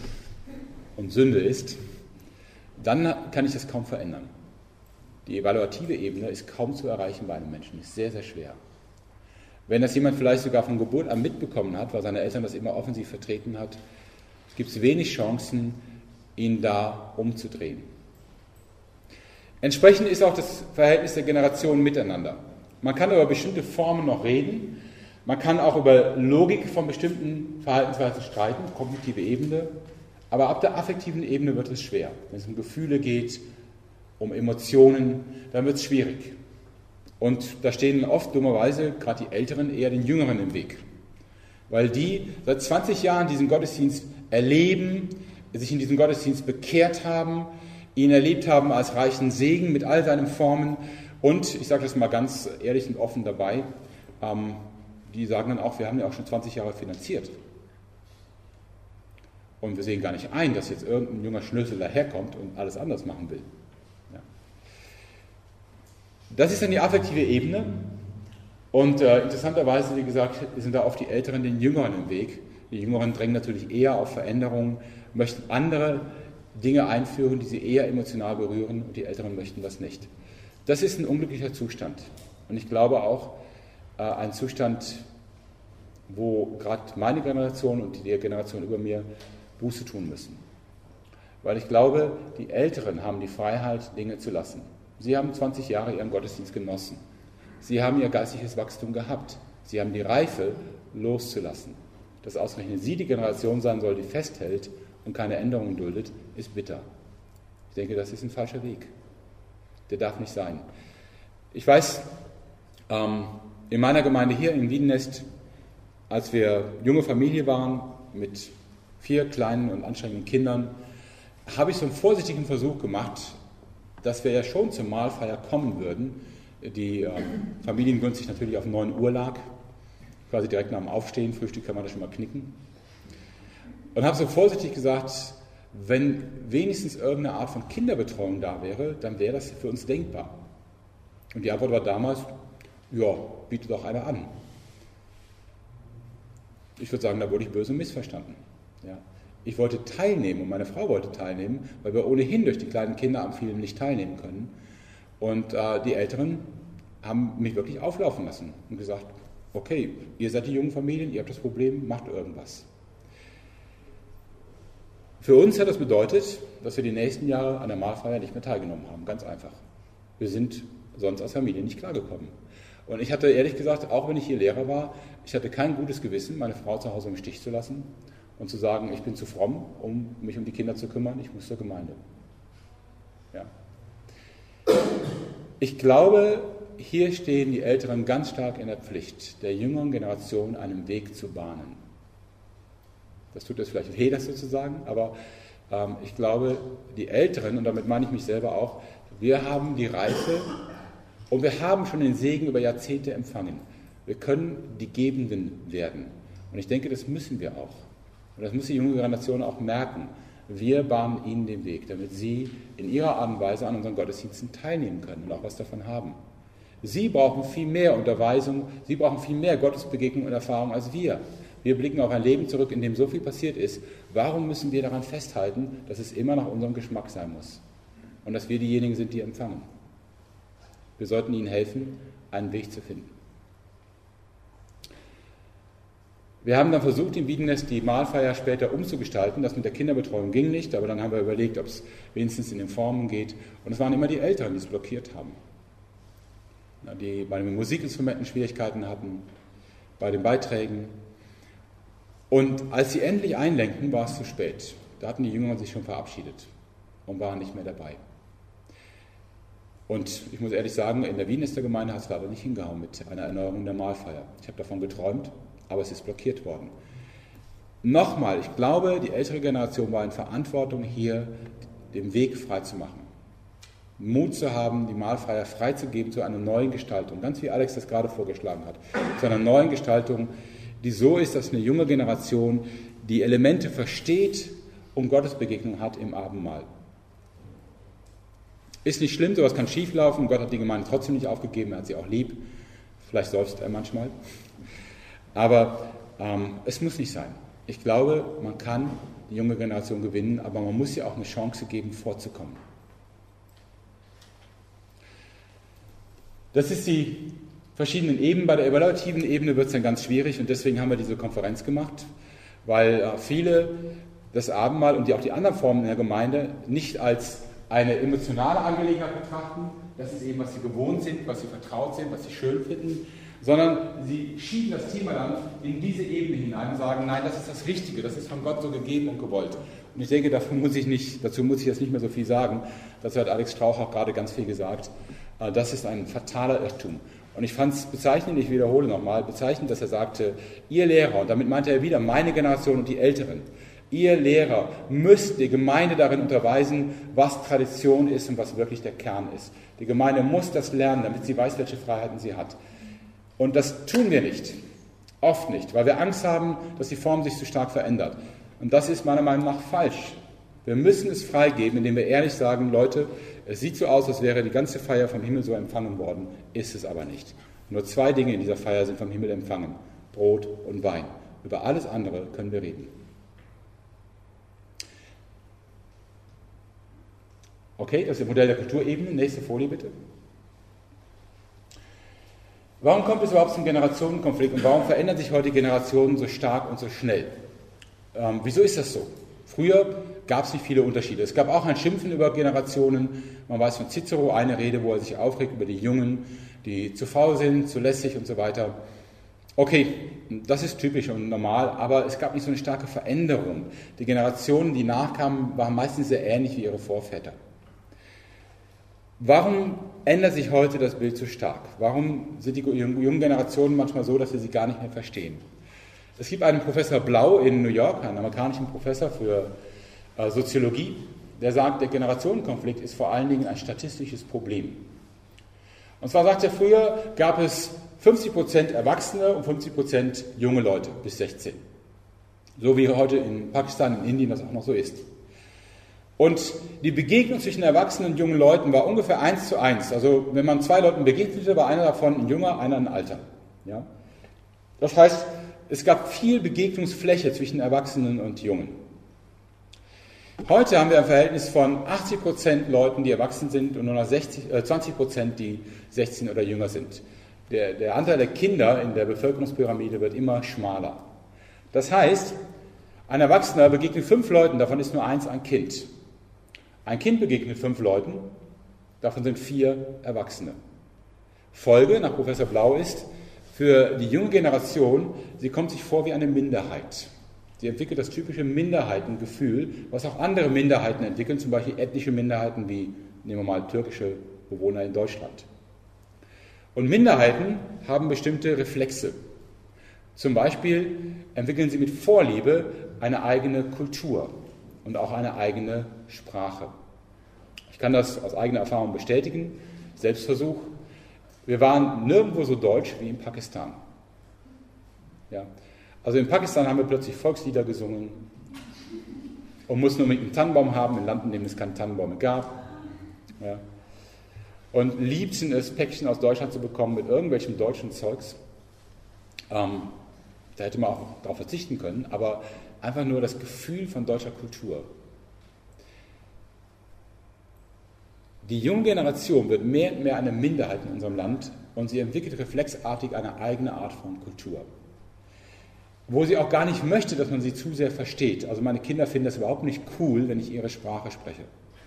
und Sünde ist, dann kann ich das kaum verändern. Die evaluative Ebene ist kaum zu erreichen bei einem Menschen, ist sehr, sehr schwer. Wenn das jemand vielleicht sogar von Geburt an mitbekommen hat, weil seine Eltern das immer offensiv vertreten hat, gibt es wenig Chancen, ihn da umzudrehen. Entsprechend ist auch das Verhältnis der Generationen miteinander. Man kann über bestimmte Formen noch reden, man kann auch über Logik von bestimmten Verhaltensweisen streiten, kognitive Ebene, aber ab der affektiven Ebene wird es schwer. Wenn es um Gefühle geht, um Emotionen, dann wird es schwierig. Und da stehen oft dummerweise gerade die Älteren eher den Jüngeren im Weg. Weil die seit 20 Jahren diesen Gottesdienst erleben, sich in diesen Gottesdienst bekehrt haben, ihn erlebt haben als reichen Segen mit all seinen Formen und, ich sage das mal ganz ehrlich und offen dabei, die sagen dann auch, wir haben ja auch schon 20 Jahre finanziert. Und wir sehen gar nicht ein, dass jetzt irgendein junger Schnösel daherkommt und alles anders machen will. Ja. Das ist dann die affektive Ebene. Und interessanterweise, wie gesagt, sind da oft die Älteren den Jüngeren im Weg. Die Jüngeren drängen natürlich eher auf Veränderungen, möchten andere Dinge einführen, die sie eher emotional berühren, und die Älteren möchten das nicht. Das ist ein unglücklicher Zustand. Und ich glaube auch, ein Zustand, wo gerade meine Generation und die Generation über mir Buße tun müssen. Weil ich glaube, die Älteren haben die Freiheit, Dinge zu lassen. Sie haben 20 Jahre ihren Gottesdienst genossen. Sie haben ihr geistiges Wachstum gehabt. Sie haben die Reife, loszulassen. Dass ausgerechnet sie die Generation sein soll, die festhält und keine Änderungen duldet, ist bitter. Ich denke, das ist ein falscher Weg. Der darf nicht sein. Ich weiß, in meiner Gemeinde hier in Wiedenest, als wir junge Familie waren, mit 4 kleinen und anstrengenden Kindern, habe ich so einen vorsichtigen Versuch gemacht, dass wir ja schon zur Mahlfeier kommen würden, die familiengünstig natürlich auf 9 Uhr lag, quasi direkt nach dem Aufstehen, Frühstück kann man da schon mal knicken. Und habe so vorsichtig gesagt, wenn wenigstens irgendeine Art von Kinderbetreuung da wäre, dann wäre das für uns denkbar. Und die Antwort war damals, ja, bietet doch einer an. Ich würde sagen, da wurde ich böse missverstanden. Ja. Ich wollte teilnehmen und meine Frau wollte teilnehmen, weil wir ohnehin durch die kleinen Kinder am vielen nicht teilnehmen können. Und die Älteren haben mich wirklich auflaufen lassen und gesagt, okay, ihr seid die jungen Familien, ihr habt das Problem, macht irgendwas. Für uns hat das bedeutet, dass wir die nächsten Jahre an der Mahlfeier nicht mehr teilgenommen haben, ganz einfach. Wir sind sonst als Familie nicht klargekommen. Und ich hatte ehrlich gesagt, auch wenn ich hier Lehrer war, ich hatte kein gutes Gewissen, meine Frau zu Hause im Stich zu lassen und zu sagen, ich bin zu fromm, um mich um die Kinder zu kümmern, ich muss zur Gemeinde. Ja. Ich glaube, hier stehen die Älteren ganz stark in der Pflicht, der jüngeren Generation einen Weg zu bahnen. Das tut jetzt vielleicht weh, das so zu sagen, aber ich glaube, die Älteren, und damit meine ich mich selber auch, wir haben die Reife und wir haben schon den Segen über Jahrzehnte empfangen. Wir können die Gebenden werden. Und ich denke, das müssen wir auch. Und das muss die junge Generation auch merken. Wir bahnen ihnen den Weg, damit sie in ihrer Art und Weise an unseren Gottesdiensten teilnehmen können und auch was davon haben. Sie brauchen viel mehr Unterweisung, sie brauchen viel mehr Gottesbegegnung und Erfahrung als wir. Wir blicken auf ein Leben zurück, in dem so viel passiert ist. Warum müssen wir daran festhalten, dass es immer nach unserem Geschmack sein muss? Und dass wir diejenigen sind, die empfangen. Wir sollten ihnen helfen, einen Weg zu finden. Wir haben dann versucht, in Wiedenest die Mahlfeier später umzugestalten. Das mit der Kinderbetreuung ging nicht, aber dann haben wir überlegt, ob es wenigstens in den Formen geht. Und es waren immer die Älteren, die es blockiert haben. Die bei den Musikinstrumenten Schwierigkeiten hatten, bei den Beiträgen. Und als sie endlich einlenkten, war es zu spät. Da hatten die Jüngeren sich schon verabschiedet und waren nicht mehr dabei. Und ich muss ehrlich sagen, in der Wiedenester Gemeinde hat es leider nicht hingehauen mit einer Erneuerung der Mahlfeier. Ich habe davon geträumt, aber es ist blockiert worden. Nochmal, ich glaube, die ältere Generation war in Verantwortung, hier den Weg frei zu machen. Mut zu haben, die Mahlfeier freizugeben zu einer neuen Gestaltung, ganz wie Alex das gerade vorgeschlagen hat, zu einer neuen Gestaltung, die so ist, dass eine junge Generation die Elemente versteht und Gottesbegegnung hat im Abendmahl. Ist nicht schlimm, sowas kann schieflaufen, Gott hat die Gemeinde trotzdem nicht aufgegeben, er hat sie auch lieb, vielleicht seufzt er manchmal, aber es muss nicht sein. Ich glaube, man kann die junge Generation gewinnen, aber man muss ihr auch eine Chance geben, vorzukommen. Das ist die verschiedenen Ebenen. Bei der evaluativen Ebene wird es dann ganz schwierig und deswegen haben wir diese Konferenz gemacht, weil viele das Abendmahl und auch die anderen Formen in der Gemeinde nicht als eine emotionale Angelegenheit betrachten, das ist eben, was sie gewohnt sind, was sie vertraut sind, was sie schön finden, sondern sie schieben das Thema dann in diese Ebene hinein und sagen, nein, das ist das Richtige, das ist von Gott so gegeben und gewollt. Und ich denke, dazu muss ich jetzt nicht mehr so viel sagen, dazu hat Alex Strauch auch gerade ganz viel gesagt. Das ist ein fataler Irrtum. Und ich fand es bezeichnend, ich wiederhole nochmal, bezeichnend, dass er sagte, ihr Lehrer, und damit meinte er wieder meine Generation und die Älteren, Ihr Lehrer müsst die Gemeinde darin unterweisen, was Tradition ist und was wirklich der Kern ist. Die Gemeinde muss das lernen, damit sie weiß, welche Freiheiten sie hat. Und das tun wir nicht. Oft nicht, weil wir Angst haben, dass die Form sich zu stark verändert. Und das ist meiner Meinung nach falsch. Wir müssen es freigeben, indem wir ehrlich sagen, Leute, es sieht so aus, als wäre die ganze Feier vom Himmel so empfangen worden, ist es aber nicht. Nur 2 Dinge in dieser Feier sind vom Himmel empfangen, Brot und Wein. Über alles andere können wir reden. Okay, das ist das Modell der Kulturebene. Nächste Folie bitte. Warum kommt es überhaupt zum Generationenkonflikt und warum verändern sich heute Generationen so stark und so schnell? Wieso ist das so? Früher gab es nicht viele Unterschiede. Es gab auch ein Schimpfen über Generationen. Man weiß von Cicero eine Rede, wo er sich aufregt über die Jungen, die zu faul sind, zu lässig und so weiter. Okay, das ist typisch und normal, aber es gab nicht so eine starke Veränderung. Die Generationen, die nachkamen, waren meistens sehr ähnlich wie ihre Vorväter. Warum ändert sich heute das Bild so stark? Warum sind die jungen Generationen manchmal so, dass wir sie gar nicht mehr verstehen? Es gibt einen Professor Blau in New York, einen amerikanischen Professor für Soziologie, der sagt, der Generationenkonflikt ist vor allen Dingen ein statistisches Problem. Und zwar sagt er, früher gab es 50% Erwachsene und 50% junge Leute bis 16. So wie heute in Pakistan, in Indien das auch noch so ist. Und die Begegnung zwischen Erwachsenen und jungen Leuten war ungefähr 1:1. Also wenn man 2 Leuten begegnete, war einer davon ein Junger, einer ein Alter. Ja? Das heißt, es gab viel Begegnungsfläche zwischen Erwachsenen und Jungen. Heute haben wir ein Verhältnis von 80% Leuten, die erwachsen sind und nur noch 20%, die 16 oder jünger sind. Der Anteil der Kinder in der Bevölkerungspyramide wird immer schmaler. Das heißt, ein Erwachsener begegnet 5 Leuten, davon ist nur 1 ein Kind. Ein Kind begegnet 5 Leuten, davon sind 4 Erwachsene. Folge nach Professor Blau ist, für die junge Generation, sie kommt sich vor wie eine Minderheit. Sie entwickelt das typische Minderheitengefühl, was auch andere Minderheiten entwickeln, zum Beispiel ethnische Minderheiten wie, nehmen wir mal, türkische Bewohner in Deutschland. Und Minderheiten haben bestimmte Reflexe. Zum Beispiel entwickeln sie mit Vorliebe eine eigene Kultur und auch eine eigene Sprache. Ich kann das aus eigener Erfahrung bestätigen, Selbstversuch. Wir waren nirgendwo so deutsch wie in Pakistan. Ja. Also in Pakistan haben wir plötzlich Volkslieder gesungen und mussten unbedingt einen Tannenbaum haben, in Land, in dem es keine Tannenbäume gab. Ja. Und liebten es, Päckchen aus Deutschland zu bekommen mit irgendwelchem deutschen Zeugs. Da hätte man auch darauf verzichten können, aber einfach nur das Gefühl von deutscher Kultur. Die junge Generation wird mehr und mehr eine Minderheit in unserem Land und sie entwickelt reflexartig eine eigene Art von Kultur. Wo sie auch gar nicht möchte, dass man sie zu sehr versteht. Also meine Kinder finden das überhaupt nicht cool, wenn ich ihre Sprache spreche.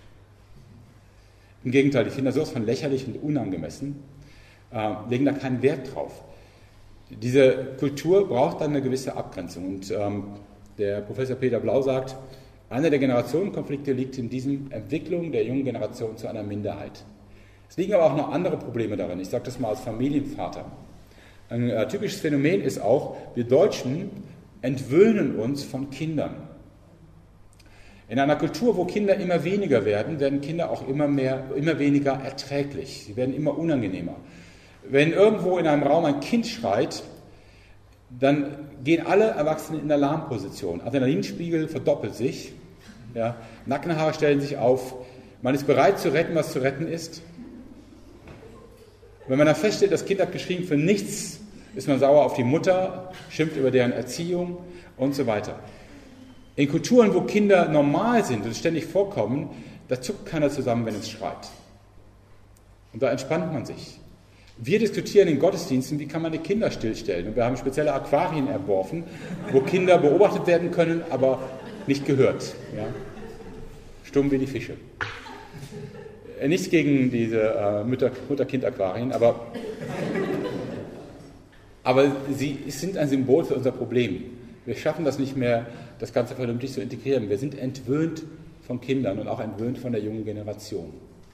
Im Gegenteil, die finden das sowas von lächerlich und unangemessen, legen da keinen Wert drauf. Diese Kultur braucht dann eine gewisse Abgrenzung. Und der Professor Peter Blau sagt, einer der Generationenkonflikte liegt in diesem Entwicklung der jungen Generation zu einer Minderheit. Es liegen aber auch noch andere Probleme darin. Ich sage das mal als Familienvater. Ein typisches Phänomen ist auch, wir Deutschen entwöhnen uns von Kindern. In einer Kultur, wo Kinder immer weniger werden, werden Kinder auch immer weniger erträglich. Sie werden immer unangenehmer. Wenn irgendwo in einem Raum ein Kind schreit, dann gehen alle Erwachsenen in Alarmposition. Adrenalinspiegel verdoppelt sich, ja, Nackenhaare stellen sich auf, man ist bereit zu retten, was zu retten ist. Wenn man dann feststellt, das Kind hat geschrien für nichts, ist man sauer auf die Mutter, schimpft über deren Erziehung und so weiter. In Kulturen, wo Kinder normal sind und ständig vorkommen, da zuckt keiner zusammen, wenn es schreit. Und da entspannt man sich. Wir diskutieren in Gottesdiensten, wie kann man die Kinder stillstellen. Und wir haben spezielle Aquarien entworfen, wo Kinder beobachtet werden können, aber nicht gehört. Ja? Stumm wie die Fische. Nichts gegen diese Mutter-Kind-Aquarien, aber sie sind ein Symbol für unser Problem. Wir schaffen das nicht mehr, das Ganze vernünftig zu integrieren. Wir sind entwöhnt von Kindern und auch entwöhnt von der jungen Generation.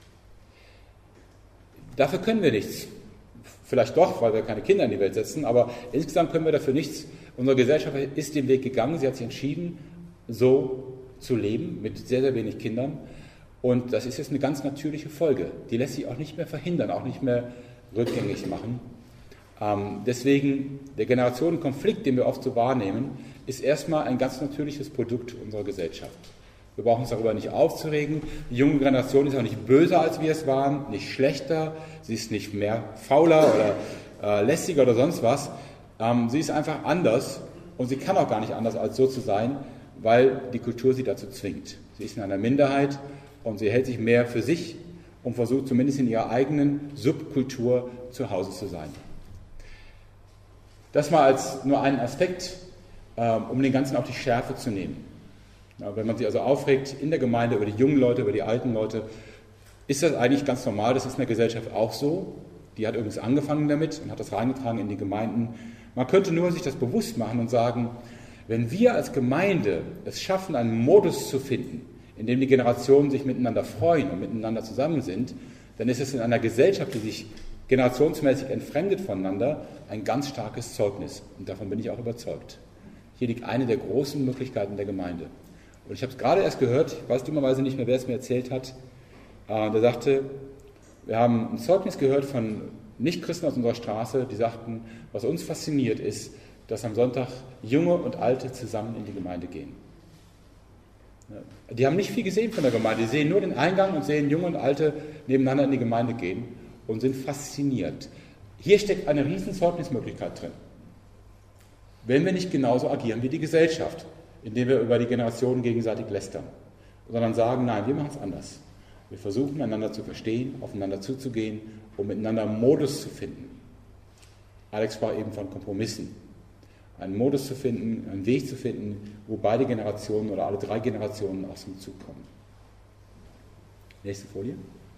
Dafür können wir nichts. Vielleicht doch, weil wir keine Kinder in die Welt setzen, aber insgesamt können wir dafür nichts. Unsere Gesellschaft ist den Weg gegangen, sie hat sich entschieden, so zu leben, mit sehr, sehr wenig Kindern. Und das ist jetzt eine ganz natürliche Folge. Die lässt sich auch nicht mehr verhindern, auch nicht mehr rückgängig machen. Deswegen, der Generationenkonflikt, den wir oft so wahrnehmen, ist erstmal ein ganz natürliches Produkt unserer Gesellschaft. Wir brauchen uns darüber nicht aufzuregen. Die junge Generation ist auch nicht böser, als wir es waren, nicht schlechter, sie ist nicht mehr fauler oder lästiger oder sonst was. Sie ist einfach anders und sie kann auch gar nicht anders, als so zu sein, weil die Kultur sie dazu zwingt. Sie ist in einer Minderheit und sie hält sich mehr für sich und versucht zumindest in ihrer eigenen Subkultur zu Hause zu sein. Das mal als nur einen Aspekt, um den Ganzen auch die Schärfe zu nehmen. Ja, wenn man sich also aufregt in der Gemeinde über die jungen Leute, über die alten Leute, ist das eigentlich ganz normal, das ist in der Gesellschaft auch so. Die hat übrigens angefangen damit und hat das reingetragen in die Gemeinden. Man könnte nur sich das bewusst machen und sagen, wenn wir als Gemeinde es schaffen, einen Modus zu finden, in dem die Generationen sich miteinander freuen und miteinander zusammen sind, dann ist es in einer Gesellschaft, die sich generationsmäßig entfremdet voneinander, ein ganz starkes Zeugnis. Und davon bin ich auch überzeugt. Hier liegt eine der großen Möglichkeiten der Gemeinde. Und ich habe es gerade erst gehört, ich weiß dummerweise nicht mehr, wer es mir erzählt hat, der sagte, wir haben ein Zeugnis gehört von Nichtchristen aus unserer Straße, die sagten, was uns fasziniert ist, dass am Sonntag Junge und Alte zusammen in die Gemeinde gehen. Die haben nicht viel gesehen von der Gemeinde, die sehen nur den Eingang und sehen Junge und Alte nebeneinander in die Gemeinde gehen und sind fasziniert. Hier steckt eine riesen Zeugnismöglichkeit drin. Wenn wir nicht genauso agieren wie die Gesellschaft, indem wir über die Generationen gegenseitig lästern, sondern sagen, nein, wir machen es anders. Wir versuchen, einander zu verstehen, aufeinander zuzugehen, um miteinander einen Modus zu finden. Alex sprach eben von Kompromissen. Einen Modus zu finden, einen Weg zu finden, wo beide Generationen oder alle 3 Generationen auch zum Zug kommen. Nächste Folie.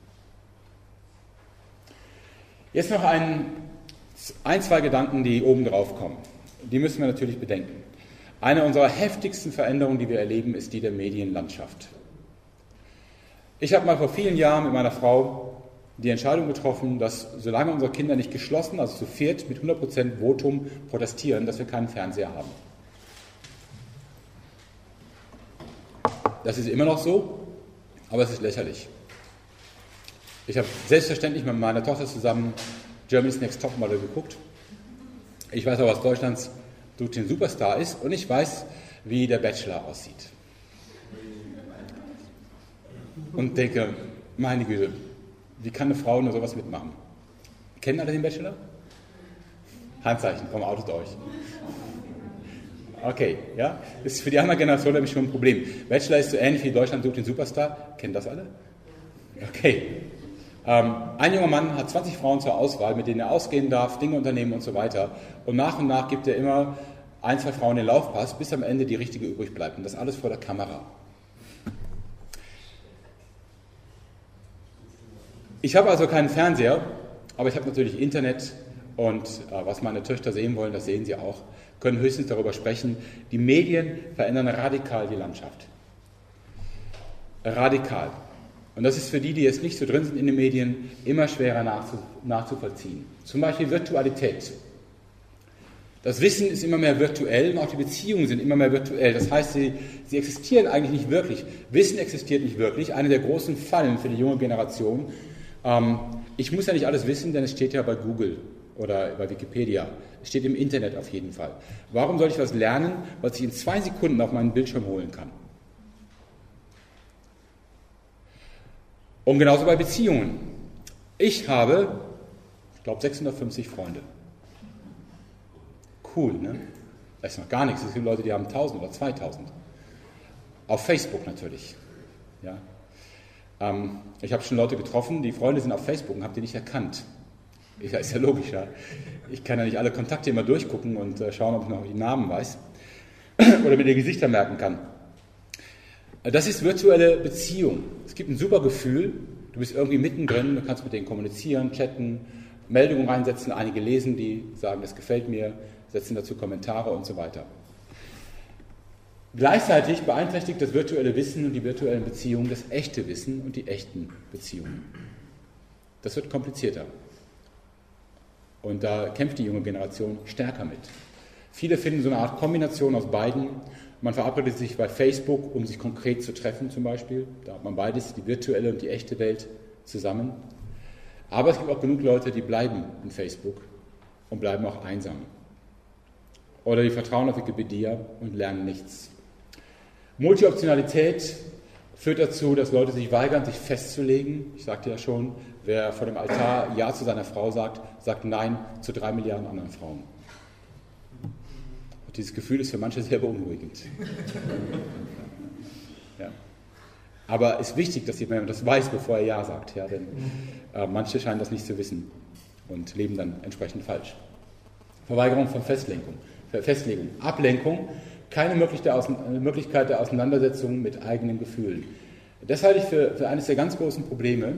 Jetzt noch ein, 2 Gedanken, die oben drauf kommen. Die müssen wir natürlich bedenken. Eine unserer heftigsten Veränderungen, die wir erleben, ist die der Medienlandschaft. Ich habe mal vor vielen Jahren mit meiner Frau die Entscheidung getroffen, dass solange unsere Kinder nicht geschlossen, also zu viert, mit 100% Votum protestieren, dass wir keinen Fernseher haben. Das ist immer noch so, aber es ist lächerlich. Ich habe selbstverständlich mit meiner Tochter zusammen Germany's Next Topmodel geguckt. Ich weiß auch, was Deutschlands Sucht den Superstar ist und ich weiß, wie der Bachelor aussieht. Und denke, meine Güte, wie kann eine Frau nur sowas mitmachen? Kennen alle den Bachelor? Handzeichen, komm, outet euch. Okay, ja, das ist für die andere Generation nämlich schon ein Problem. Bachelor ist so ähnlich wie Deutschland sucht den Superstar. Kennen das alle? Okay. Ein junger Mann hat 20 Frauen zur Auswahl, mit denen er ausgehen darf, Dinge unternehmen und so weiter. Und nach gibt er immer 1, 2 Frauen den Laufpass, bis am Ende die richtige übrig bleibt. Und das alles vor der Kamera. Ich habe also keinen Fernseher, aber ich habe natürlich Internet. Und was meine Töchter sehen wollen, das sehen sie auch, können höchstens darüber sprechen. Die Medien verändern radikal die Landschaft. Radikal. Und das ist für die jetzt nicht so drin sind in den Medien, immer schwerer nachzuvollziehen. Zum Beispiel Virtualität. Das Wissen ist immer mehr virtuell und auch die Beziehungen sind immer mehr virtuell. Das heißt, sie existieren eigentlich nicht wirklich. Wissen existiert nicht wirklich. Eine der großen Fallen für die junge Generation. Ich muss ja nicht alles wissen, denn es steht ja bei Google oder bei Wikipedia. Es steht im Internet auf jeden Fall. Warum soll ich was lernen, was ich in 2 Sekunden auf meinen Bildschirm holen kann? Und genauso bei Beziehungen. Ich habe, ich glaube, 650 Freunde. Cool, ne? Das ist noch gar nichts. Es gibt Leute, die haben 1000 oder 2000. Auf Facebook natürlich. Ja. Ich habe schon Leute getroffen, die Freunde sind auf Facebook und habe die nicht erkannt. Ja, ist ja logisch, ja. Ich kann ja nicht alle Kontakte immer durchgucken und schauen, ob ich noch die Namen weiß oder mir die Gesichter merken kann. Das ist virtuelle Beziehung. Es gibt ein super Gefühl, du bist irgendwie mittendrin, du kannst mit denen kommunizieren, chatten, Meldungen reinsetzen, einige lesen die, sagen, das gefällt mir, setzen dazu Kommentare und so weiter. Gleichzeitig beeinträchtigt das virtuelle Wissen und die virtuellen Beziehungen das echte Wissen und die echten Beziehungen. Das wird komplizierter. Und da kämpft die junge Generation stärker mit. Viele finden so eine Art Kombination aus beiden Man verabredet sich bei Facebook, um sich konkret zu treffen zum Beispiel. Da hat man beides, die virtuelle und die echte Welt zusammen. Aber es gibt auch genug Leute, die bleiben in Facebook und bleiben auch einsam. Oder die vertrauen auf Wikipedia und lernen nichts. Multioptionalität führt dazu, dass Leute sich weigern, sich festzulegen. Ich sagte ja schon, wer vor dem Altar Ja zu seiner Frau sagt, sagt Nein zu 3 Milliarden anderen Frauen. Und dieses Gefühl ist für manche sehr beunruhigend. Ja. Aber es ist wichtig, dass jemand das weiß, bevor er Ja sagt. Ja, denn manche scheinen das nicht zu wissen und leben dann entsprechend falsch. Verweigerung von Festlegung, Ablenkung, keine Möglichkeit der Auseinandersetzung mit eigenen Gefühlen. Das halte ich für eines der ganz großen Probleme,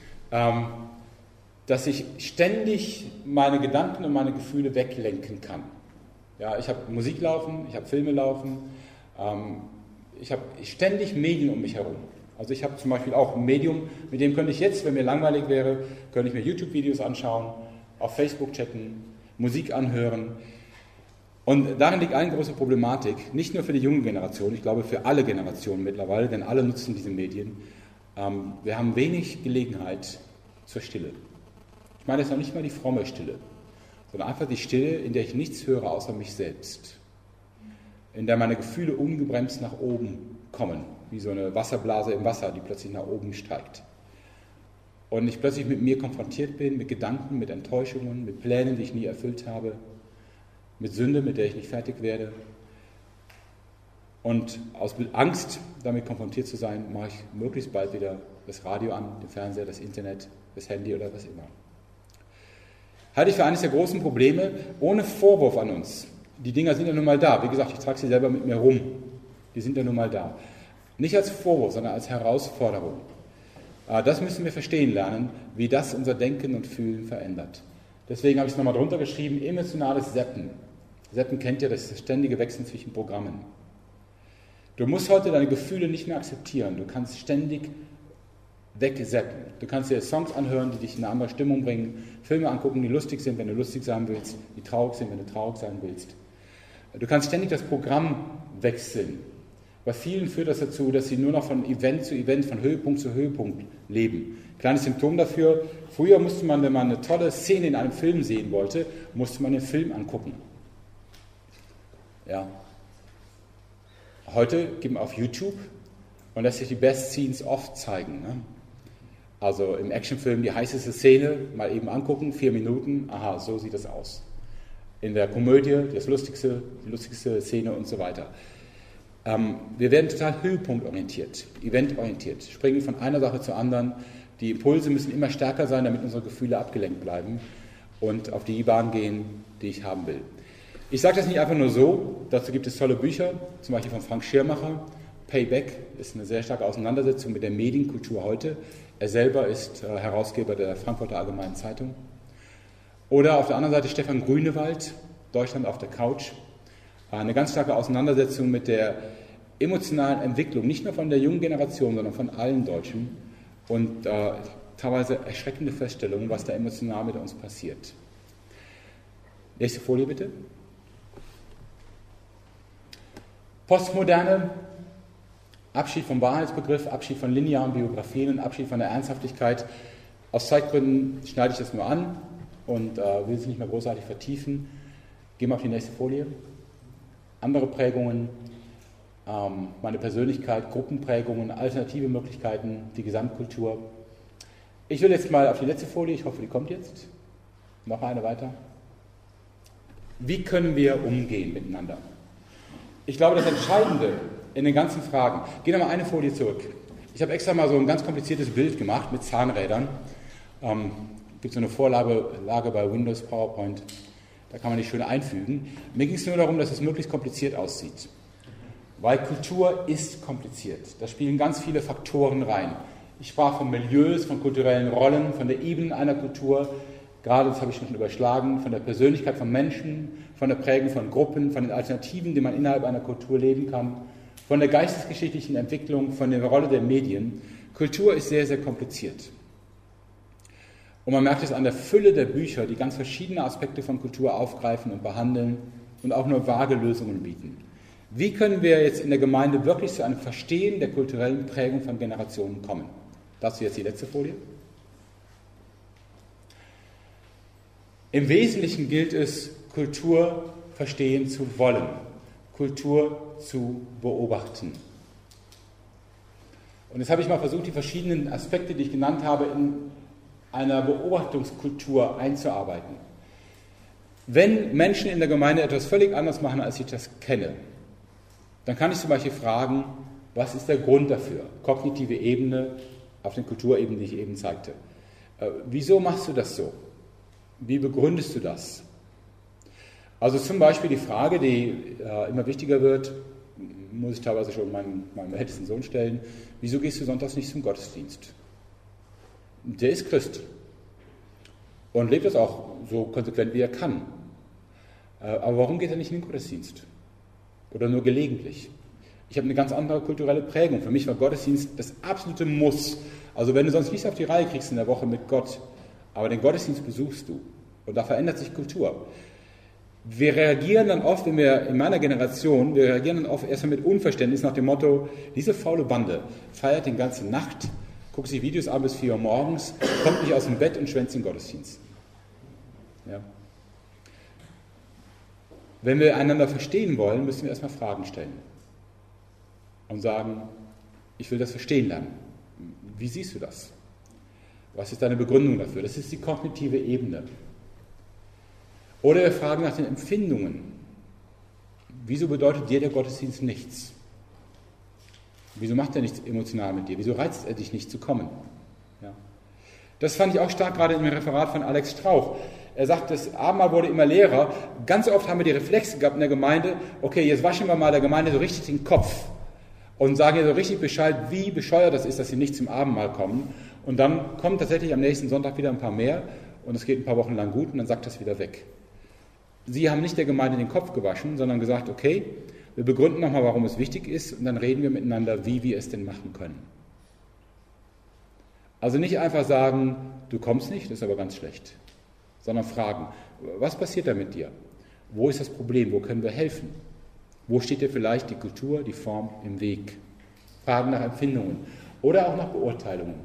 dass ich ständig meine Gedanken und meine Gefühle weglenken kann. Ja, ich habe Musik laufen, ich habe Filme laufen, ich habe ständig Medien um mich herum. Also ich habe zum Beispiel auch ein Medium, mit dem könnte ich jetzt, wenn mir langweilig wäre, könnte ich mir YouTube-Videos anschauen, auf Facebook chatten, Musik anhören. Und darin liegt eine große Problematik, nicht nur für die junge Generation, ich glaube für alle Generationen mittlerweile, denn alle nutzen diese Medien. Wir haben wenig Gelegenheit zur Stille. Ich meine jetzt noch nicht mal die fromme Stille, sondern einfach die Stille, in der ich nichts höre außer mich selbst. In der meine Gefühle ungebremst nach oben kommen, wie so eine Wasserblase im Wasser, die plötzlich nach oben steigt. Und ich plötzlich mit mir konfrontiert bin, mit Gedanken, mit Enttäuschungen, mit Plänen, die ich nie erfüllt habe, mit Sünde, mit der ich nicht fertig werde. Und aus Angst, damit konfrontiert zu sein, mache ich möglichst bald wieder das Radio an, den Fernseher, das Internet, das Handy oder was immer. Halte ich für eines der großen Probleme, ohne Vorwurf an uns. Die Dinger sind ja nun mal da. Wie gesagt, ich trage sie selber mit mir rum. Die sind ja nun mal da. Nicht als Vorwurf, sondern als Herausforderung. Das müssen wir verstehen lernen, wie das unser Denken und Fühlen verändert. Deswegen habe ich es nochmal drunter geschrieben, emotionales Zappen. Zappen kennt ja das ständige Wechseln zwischen Programmen. Du musst heute deine Gefühle nicht mehr akzeptieren. Du kannst ständig wegzappen. Du kannst dir Songs anhören, die dich in eine andere Stimmung bringen, Filme angucken, die lustig sind, wenn du lustig sein willst, die traurig sind, wenn du traurig sein willst. Du kannst ständig das Programm wechseln. Bei vielen führt das dazu, dass sie nur noch von Event zu Event, von Höhepunkt zu Höhepunkt leben. Kleines Symptom dafür, früher musste man, wenn man eine tolle Szene in einem Film sehen wollte, musste man den Film angucken. Ja. Heute geht man auf YouTube und lässt sich die Best Scenes oft zeigen. Ne? Also im Actionfilm die heißeste Szene mal eben angucken, 4 Minuten, aha, so sieht das aus. In der Komödie die lustigste Szene und so weiter. Wir werden total höhepunktorientiert, eventorientiert, springen von einer Sache zur anderen. Die Impulse müssen immer stärker sein, damit unsere Gefühle abgelenkt bleiben und auf die Bahn gehen, die ich haben will. Ich sage das nicht einfach nur so, dazu gibt es tolle Bücher, zum Beispiel von Frank Schirmacher. Payback ist eine sehr starke Auseinandersetzung mit der Medienkultur heute. Er selber ist Herausgeber der Frankfurter Allgemeinen Zeitung. Oder auf der anderen Seite Stefan Grünewald, Deutschland auf der Couch. Eine ganz starke Auseinandersetzung mit der emotionalen Entwicklung, nicht nur von der jungen Generation, sondern von allen Deutschen. Und teilweise erschreckende Feststellungen, was da emotional mit uns passiert. Nächste Folie bitte. Postmoderne, Abschied vom Wahrheitsbegriff, Abschied von linearen Biografien und Abschied von der Ernsthaftigkeit. Aus Zeitgründen schneide ich das nur an und will es nicht mehr großartig vertiefen. Gehen wir auf die nächste Folie. Andere Prägungen, meine Persönlichkeit, Gruppenprägungen, alternative Möglichkeiten, die Gesamtkultur. Ich will jetzt mal auf die letzte Folie, ich hoffe, die kommt jetzt. Noch eine weiter. Wie können wir umgehen miteinander? Ich glaube, das Entscheidende in den ganzen Fragen, gehen wir mal eine Folie zurück. Ich habe extra mal so ein ganz kompliziertes Bild gemacht mit Zahnrädern. Gibt so eine Vorlage bei Windows, PowerPoint. Da kann man die schön einfügen. Mir ging es nur darum, dass es möglichst kompliziert aussieht. Weil Kultur ist kompliziert. Da spielen ganz viele Faktoren rein. Ich sprach von Milieus, von kulturellen Rollen, von der Ebene einer Kultur. Gerade, das habe ich schon überschlagen, von der Persönlichkeit von Menschen, von der Prägung von Gruppen, von den Alternativen, die man innerhalb einer Kultur leben kann, von der geistesgeschichtlichen Entwicklung, von der Rolle der Medien. Kultur ist sehr, sehr kompliziert. Und man merkt es an der Fülle der Bücher, die ganz verschiedene Aspekte von Kultur aufgreifen und behandeln und auch nur vage Lösungen bieten. Wie können wir jetzt in der Gemeinde wirklich zu einem Verstehen der kulturellen Prägung von Generationen kommen? Dazu jetzt die letzte Folie. Im Wesentlichen gilt es, Kultur verstehen zu wollen, Kultur zu beobachten. Und jetzt habe ich mal versucht, die verschiedenen Aspekte, die ich genannt habe, in einer Beobachtungskultur einzuarbeiten. Wenn Menschen in der Gemeinde etwas völlig anders machen, als ich das kenne, dann kann ich zum Beispiel fragen, was ist der Grund dafür? Kognitive Ebene auf der Kulturebene, die ich eben zeigte. Wieso machst du das so? Wie begründest du das? Also zum Beispiel die Frage, die immer wichtiger wird, muss ich teilweise schon meinem ältesten Sohn stellen, wieso gehst du sonntags nicht zum Gottesdienst? Der ist Christ und lebt das auch so konsequent, wie er kann. Aber warum geht er nicht in den Gottesdienst? Oder nur gelegentlich? Ich habe eine ganz andere kulturelle Prägung. Für mich war Gottesdienst das absolute Muss. Also wenn du sonst nichts auf die Reihe kriegst in der Woche mit Gott, aber den Gottesdienst besuchst du und da verändert sich Kultur. Wir reagieren dann oft, wenn wir in meiner Generation, wir reagieren dann oft erstmal mit Unverständnis nach dem Motto, diese faule Bande feiert die ganze Nacht, guckt sich Videos an bis 4 Uhr morgens, kommt nicht aus dem Bett und schwänzt den Gottesdienst. Ja. Wenn wir einander verstehen wollen, müssen wir erstmal Fragen stellen und sagen, ich will das verstehen lernen. Wie siehst du das? Was ist deine Begründung dafür? Das ist die kognitive Ebene. Oder wir fragen nach den Empfindungen. Wieso bedeutet dir der Gottesdienst nichts? Wieso macht er nichts emotional mit dir? Wieso reizt er dich nicht zu kommen? Ja. Das fand ich auch stark gerade im Referat von Alex Strauch. Er sagt, das Abendmahl wurde immer leerer. Ganz oft haben wir die Reflexe gehabt in der Gemeinde, okay, jetzt waschen wir mal der Gemeinde so richtig den Kopf und sagen ihr so richtig Bescheid, wie bescheuert das ist, dass sie nicht zum Abendmahl kommen. Und dann kommen tatsächlich am nächsten Sonntag wieder ein paar mehr und es geht ein paar Wochen lang gut und dann sagt das wieder weg. Sie haben nicht der Gemeinde den Kopf gewaschen, sondern gesagt, okay, wir begründen nochmal, warum es wichtig ist und dann reden wir miteinander, wie wir es denn machen können. Also nicht einfach sagen, du kommst nicht, das ist aber ganz schlecht, sondern fragen, was passiert da mit dir? Wo ist das Problem? Wo können wir helfen? Wo steht dir vielleicht die Kultur, die Form im Weg? Fragen nach Empfindungen oder auch nach Beurteilungen.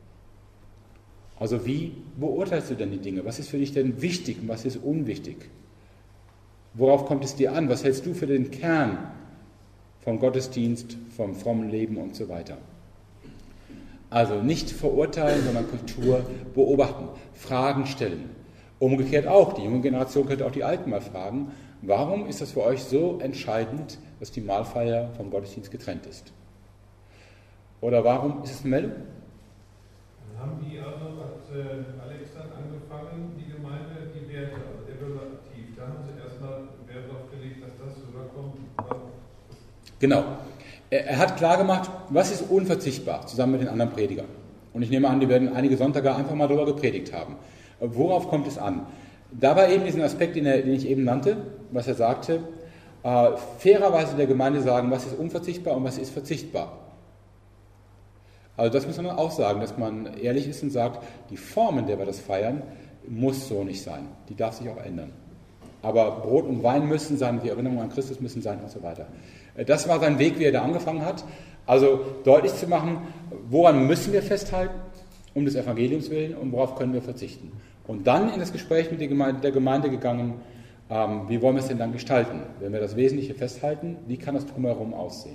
Also wie beurteilst du denn die Dinge? Was ist für dich denn wichtig und was ist unwichtig? Worauf kommt es dir an? Was hältst du für den Kern vom Gottesdienst, vom frommen Leben und so weiter? Also nicht verurteilen, sondern Kultur beobachten, Fragen stellen. Umgekehrt auch, die junge Generation könnte auch die Alten mal fragen, warum ist das für euch so entscheidend, dass die Mahlfeier vom Gottesdienst getrennt ist? Oder warum ist es eine Meldung? Dann haben die also, hat Alex dann angefangen, die Gemeinde, die Werte, also evaluativ, da haben sie erstmal Wert darauf gelegt, dass das rüberkommt. Genau. Er hat klargemacht, was ist unverzichtbar, zusammen mit den anderen Predigern. Und ich nehme an, die werden einige Sonntage einfach mal darüber gepredigt haben. Worauf kommt es an? Da war eben diesen Aspekt, den ich eben nannte, was er sagte, fairerweise der Gemeinde sagen, was ist unverzichtbar und was ist verzichtbar. Also das muss man auch sagen, dass man ehrlich ist und sagt, die Form, in der wir das feiern, muss so nicht sein. Die darf sich auch ändern. Aber Brot und Wein müssen sein, die Erinnerungen an Christus müssen sein und so weiter. Das war sein Weg, wie er da angefangen hat. Also deutlich zu machen, woran müssen wir festhalten, um des Evangeliums willen, und worauf können wir verzichten. Und dann in das Gespräch mit der Gemeinde gegangen, wie wollen wir es denn dann gestalten? Wenn wir das Wesentliche festhalten, wie kann das drumherum aussehen?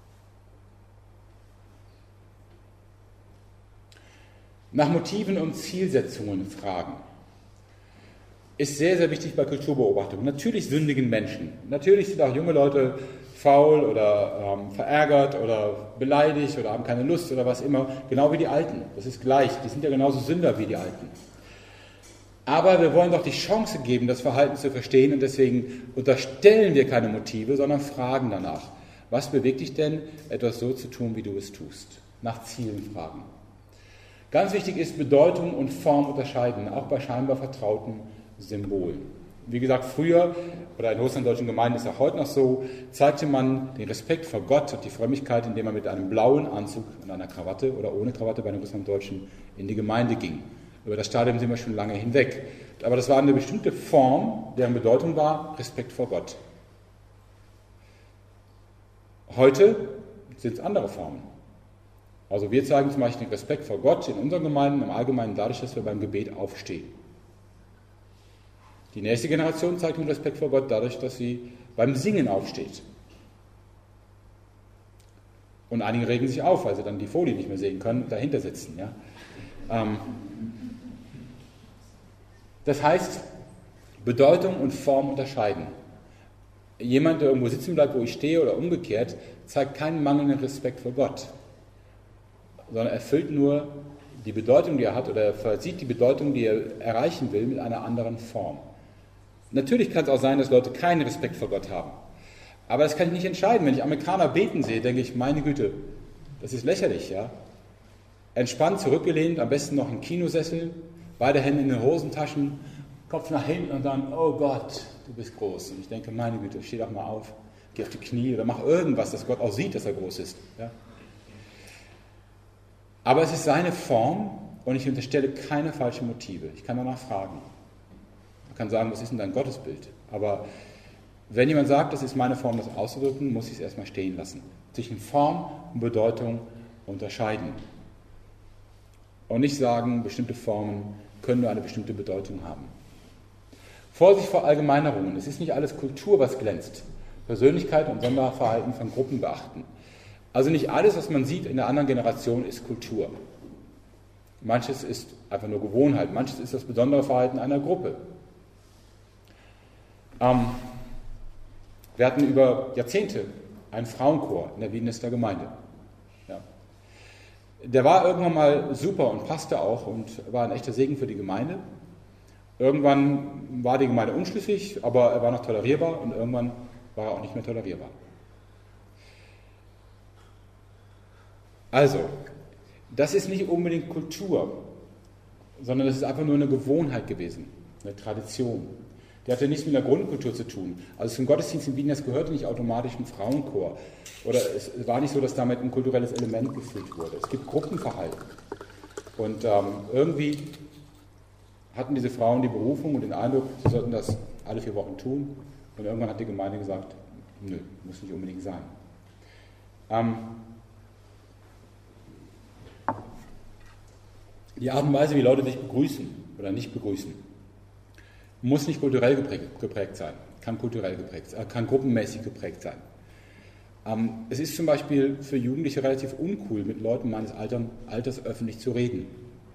Nach Motiven und Zielsetzungen fragen. Ist sehr, sehr wichtig bei Kulturbeobachtung. Natürlich sündigen Menschen. Natürlich sind auch junge Leute faul oder verärgert oder beleidigt oder haben keine Lust oder was immer. Genau wie die Alten. Das ist gleich. Die sind ja genauso Sünder wie die Alten. Aber wir wollen doch die Chance geben, das Verhalten zu verstehen, und deswegen unterstellen wir keine Motive, sondern fragen danach. Was bewegt dich denn, etwas so zu tun, wie du es tust? Nach Zielen fragen. Ganz wichtig ist, Bedeutung und Form unterscheiden, auch bei scheinbar vertrauten Symbolen. Wie gesagt, früher, oder in russlanddeutschen Gemeinden ist auch heute noch so, zeigte man den Respekt vor Gott und die Frömmigkeit, indem man mit einem blauen Anzug und einer Krawatte oder ohne Krawatte bei den Russlanddeutschen in die Gemeinde ging. Über das Stadium sind wir schon lange hinweg. Aber das war eine bestimmte Form, deren Bedeutung war Respekt vor Gott. Heute sind es andere Formen. Also wir zeigen zum Beispiel den Respekt vor Gott in unseren Gemeinden im Allgemeinen dadurch, dass wir beim Gebet aufstehen. Die nächste Generation zeigt den Respekt vor Gott dadurch, dass sie beim Singen aufsteht. Und einige regen sich auf, weil sie dann die Folie nicht mehr sehen können und dahinter sitzen. Ja? Das heißt, Bedeutung und Form unterscheiden. Jemand, der irgendwo sitzen bleibt, wo ich stehe oder umgekehrt, zeigt keinen mangelnden Respekt vor Gott, sondern erfüllt nur die Bedeutung, die er hat, oder er versieht die Bedeutung, die er erreichen will, mit einer anderen Form. Natürlich kann es auch sein, dass Leute keinen Respekt vor Gott haben. Aber das kann ich nicht entscheiden. Wenn ich Amerikaner beten sehe, denke ich, meine Güte, das ist lächerlich, ja. Entspannt zurückgelehnt, am besten noch im Kinosessel, beide Hände in den Hosentaschen, Kopf nach hinten und dann, oh Gott, du bist groß. Und ich denke, meine Güte, steh doch mal auf, geh auf die Knie oder mach irgendwas, dass Gott auch sieht, dass er groß ist. Ja? Aber es ist seine Form und ich unterstelle keine falschen Motive. Ich kann danach fragen. Man kann sagen, was ist denn dein Gottesbild? Aber wenn jemand sagt, das ist meine Form, das auszudrücken, muss ich es erstmal stehen lassen. Zwischen Form und Bedeutung unterscheiden. Und nicht sagen, bestimmte Formen können nur eine bestimmte Bedeutung haben. Vorsicht vor Allgemeinerungen. Es ist nicht alles Kultur, was glänzt. Persönlichkeit und Sonderverhalten von Gruppen beachten. Also nicht alles, was man sieht in der anderen Generation, ist Kultur. Manches ist einfach nur Gewohnheit, manches ist das besondere Verhalten einer Gruppe. Wir hatten über Jahrzehnte einen Frauenchor in der Wiedenester Gemeinde. Ja. Der war irgendwann mal super und passte auch und war ein echter Segen für die Gemeinde. Irgendwann war die Gemeinde unschlüssig, aber er war noch tolerierbar und irgendwann war er auch nicht mehr tolerierbar. Also, das ist nicht unbedingt Kultur, sondern das ist einfach nur eine Gewohnheit gewesen, eine Tradition. Die hatte nichts mit der Grundkultur zu tun. Also zum Gottesdienst in Wien, das gehörte nicht automatisch ein Frauenchor. Oder es war nicht so, dass damit ein kulturelles Element gefüllt wurde. Es gibt Gruppenverhalten. Und irgendwie hatten diese Frauen die Berufung und den Eindruck, sie sollten das alle 4 Wochen tun. Und irgendwann hat die Gemeinde gesagt, nö, muss nicht unbedingt sein. Die Art und Weise, wie Leute sich begrüßen oder nicht begrüßen, muss nicht kulturell geprägt sein, kann gruppenmäßig geprägt sein. Es ist zum Beispiel für Jugendliche relativ uncool, mit Leuten meines Alters öffentlich zu reden.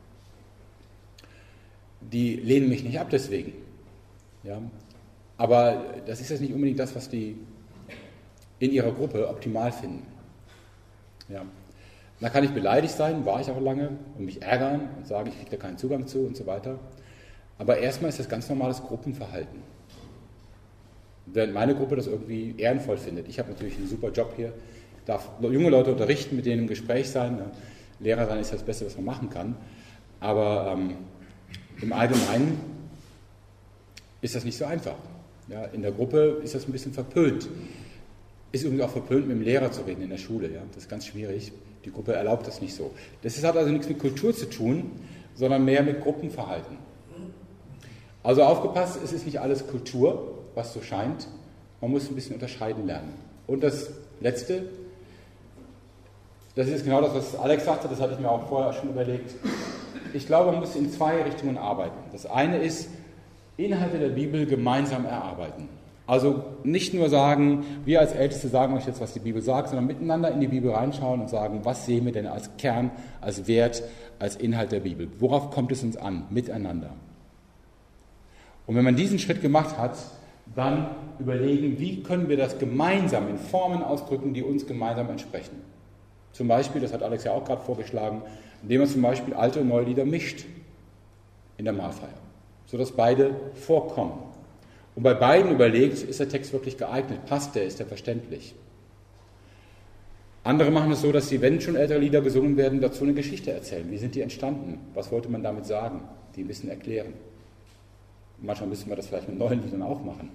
Die lehnen mich nicht ab deswegen. Ja? Aber das ist jetzt nicht unbedingt das, was die in ihrer Gruppe optimal finden. Ja. Da kann ich beleidigt sein, war ich auch lange, und mich ärgern und sagen, ich kriege da keinen Zugang zu und so weiter. Aber erstmal ist das ganz normales Gruppenverhalten. Während meine Gruppe das irgendwie ehrenvoll findet. Ich habe natürlich einen super Job hier, darf junge Leute unterrichten, mit denen im Gespräch sein. Lehrer sein ist das Beste, was man machen kann. Aber im Allgemeinen ist das nicht so einfach. Ja, in der Gruppe ist das ein bisschen verpönt. Ist übrigens auch verpönt, mit dem Lehrer zu reden in der Schule. Ja? Das ist ganz schwierig. Die Gruppe erlaubt das nicht so. Das hat also nichts mit Kultur zu tun, sondern mehr mit Gruppenverhalten. Also aufgepasst, es ist nicht alles Kultur, was so scheint. Man muss ein bisschen unterscheiden lernen. Und das Letzte, das ist genau das, was Alex sagte, das hatte ich mir auch vorher schon überlegt. Ich glaube, man muss in 2 Richtungen arbeiten. Das eine ist, Inhalte der Bibel gemeinsam erarbeiten. Also nicht nur sagen, wir als Älteste sagen euch jetzt, was die Bibel sagt, sondern miteinander in die Bibel reinschauen und sagen, was sehen wir denn als Kern, als Wert, als Inhalt der Bibel? Worauf kommt es uns an? Miteinander. Und wenn man diesen Schritt gemacht hat, dann überlegen, wie können wir das gemeinsam in Formen ausdrücken, die uns gemeinsam entsprechen. Zum Beispiel, das hat Alex ja auch gerade vorgeschlagen, indem man zum Beispiel alte und neue Lieder mischt in der Mahlfeier, sodass beide vorkommen. Und bei beiden überlegt, ist der Text wirklich geeignet, passt der, ist der verständlich. Andere machen es so, dass sie, wenn schon ältere Lieder gesungen werden, dazu eine Geschichte erzählen. Wie sind die entstanden? Was wollte man damit sagen? Die ein bisschen erklären. Manchmal müssen wir das vielleicht mit neuen Liedern auch machen.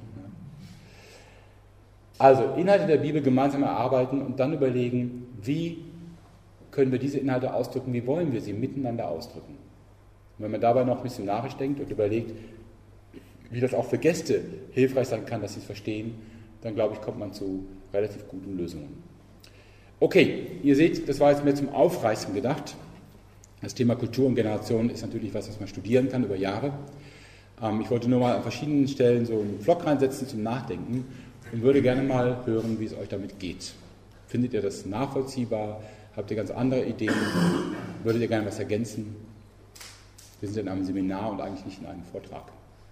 Also, Inhalte der Bibel gemeinsam erarbeiten und dann überlegen, wie können wir diese Inhalte ausdrücken, wie wollen wir sie miteinander ausdrücken. Und wenn man dabei noch ein bisschen nachdenkt und überlegt, wie das auch für Gäste hilfreich sein kann, dass sie es verstehen, dann glaube ich, kommt man zu relativ guten Lösungen. Okay, ihr seht, das war jetzt mehr zum Aufreißen gedacht. Das Thema Kultur und Generation ist natürlich was man studieren kann über Jahre. Ich wollte nur mal an verschiedenen Stellen so einen Vlog reinsetzen zum Nachdenken und würde gerne mal hören, wie es euch damit geht. Findet ihr das nachvollziehbar? Habt ihr ganz andere Ideen? Würdet ihr gerne was ergänzen? Wir sind in einem Seminar und eigentlich nicht in einem Vortrag.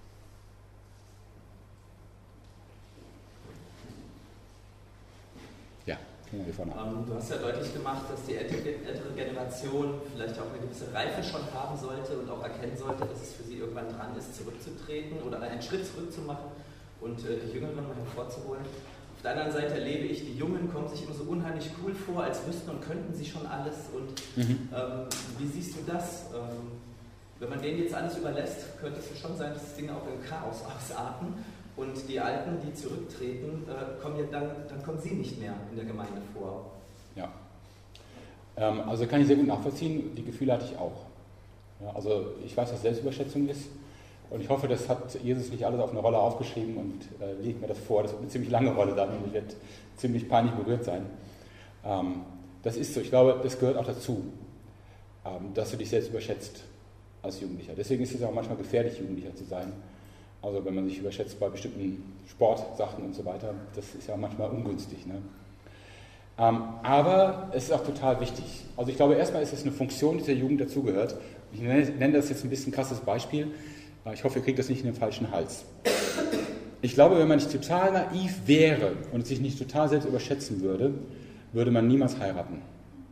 Ja, gehen wir vorne an. Du hast ja deutlich gemacht, dass die ältere Generation vielleicht auch eine gewisse Reife schon haben sollte und auch erkennen sollte, dass es für sie irgendwann dran ist, zurückzutreten oder einen Schritt zurückzumachen und die Jüngeren mal hervorzuholen. Auf der anderen Seite erlebe ich, die Jungen kommen sich immer so unheimlich cool vor, als wüssten und könnten sie schon alles. Und wie siehst du das? Wenn man denen jetzt alles überlässt, könnte es schon sein, dass Dinge auch im Chaos ausarten. Und die Alten, die zurücktreten, dann kommen sie nicht mehr in der Gemeinde vor. Ja, also kann ich sehr gut nachvollziehen. Die Gefühle hatte ich auch. Ja, also ich weiß, was Selbstüberschätzung ist. Und ich hoffe, das hat Jesus nicht alles auf eine Rolle aufgeschrieben und legt mir das vor. Das wird eine ziemlich lange Rolle dann und ich werde ziemlich peinlich berührt sein. Das ist so. Ich glaube, das gehört auch dazu, dass du dich selbst überschätzt als Jugendlicher. Deswegen ist es auch manchmal gefährlich, Jugendlicher zu sein. Also wenn man sich überschätzt bei bestimmten Sportsachen und so weiter, das ist ja manchmal ungünstig. Ne? Aber es ist auch total wichtig. Also ich glaube, erstmal ist es eine Funktion, die der Jugend dazugehört. Ich nenne das jetzt ein bisschen ein krasses Beispiel. Ich hoffe, ihr kriegt das nicht in den falschen Hals. Ich glaube, wenn man nicht total naiv wäre und sich nicht total selbst überschätzen würde, würde man niemals heiraten.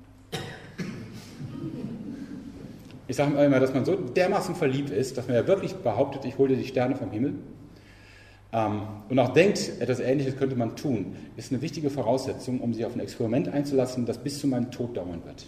Ich sage immer, dass man so dermaßen verliebt ist, dass man ja wirklich behauptet, ich hole dir die Sterne vom Himmel und auch denkt, etwas Ähnliches könnte man tun, ist eine wichtige Voraussetzung, um sich auf ein Experiment einzulassen, das bis zu meinem Tod dauern wird.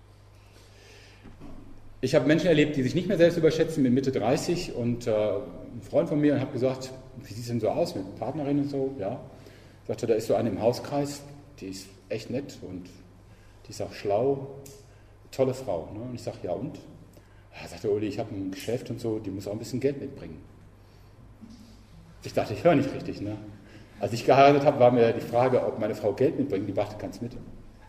Ich habe Menschen erlebt, die sich nicht mehr selbst überschätzen, mit Mitte 30 und ein Freund von mir und habe gesagt, wie sieht es denn so aus mit Partnerin und so? Ja, sagte, da ist so eine im Hauskreis, die ist echt nett und die ist auch schlau, tolle Frau. Ne? Und ich sage, ja und? Ja, sagte Uli, ich habe ein Geschäft und so, die muss auch ein bisschen Geld mitbringen. Ich dachte, ich höre nicht richtig. Ne? Als ich geheiratet habe, war mir die Frage, ob meine Frau Geld mitbringt, die brachte keins mit.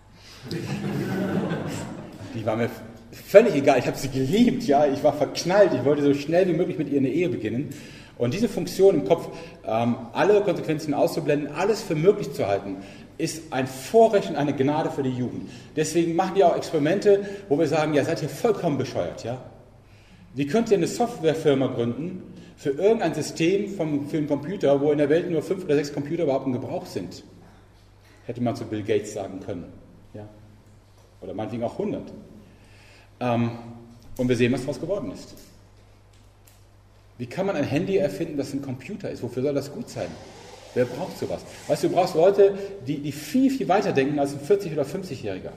Die war mir völlig egal, ich habe sie geliebt, ja, ich war verknallt, ich wollte so schnell wie möglich mit ihr eine Ehe beginnen. Und diese Funktion im Kopf, alle Konsequenzen auszublenden, alles für möglich zu halten, ist ein Vorrecht und eine Gnade für die Jugend. Deswegen machen die auch Experimente, wo wir sagen, ja, seid ihr vollkommen bescheuert, ja? Wie könnt ihr eine Softwarefirma gründen für irgendein System für einen Computer, wo in der Welt nur 5 oder 6 Computer überhaupt in Gebrauch sind? Hätte man zu Bill Gates sagen können, ja? Oder meinetwegen auch 100. Und wir sehen, was daraus geworden ist. Wie kann man ein Handy erfinden, das ein Computer ist? Wofür soll das gut sein? Wer braucht sowas? Weißt du, du brauchst Leute, die viel, viel weiter denken als ein 40- oder 50-Jähriger.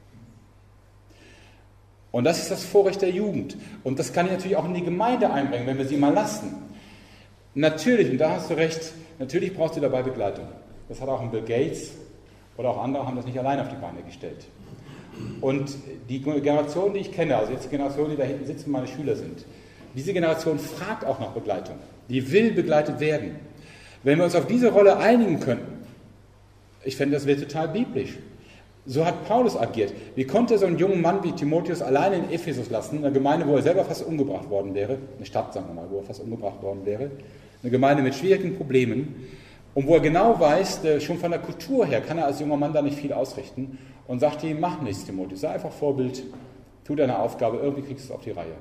Und das ist das Vorrecht der Jugend. Und das kann ich natürlich auch in die Gemeinde einbringen, wenn wir sie mal lassen. Natürlich, und da hast du recht, natürlich brauchst du dabei Begleitung. Das hat auch ein Bill Gates oder auch andere haben das nicht allein auf die Beine gestellt. Und die Generation, die ich kenne, also jetzt die Generation, die da hinten sitzt und meine Schüler sind, diese Generation fragt auch nach Begleitung. Die will begleitet werden. Wenn wir uns auf diese Rolle einigen könnten, ich fände, das wäre total biblisch. So hat Paulus agiert. Wie konnte so einen jungen Mann wie Timotheus alleine in Ephesus lassen, eine Gemeinde, wo er selber fast umgebracht worden wäre, eine Stadt, sagen wir mal, wo er fast umgebracht worden wäre, eine Gemeinde mit schwierigen Problemen, und wo er genau weiß, schon von der Kultur her kann er als junger Mann da nicht viel ausrichten, und sagt ihm, mach nichts, Timotheus, sei einfach Vorbild, tu deine Aufgabe, irgendwie kriegst du es auf die Reihe.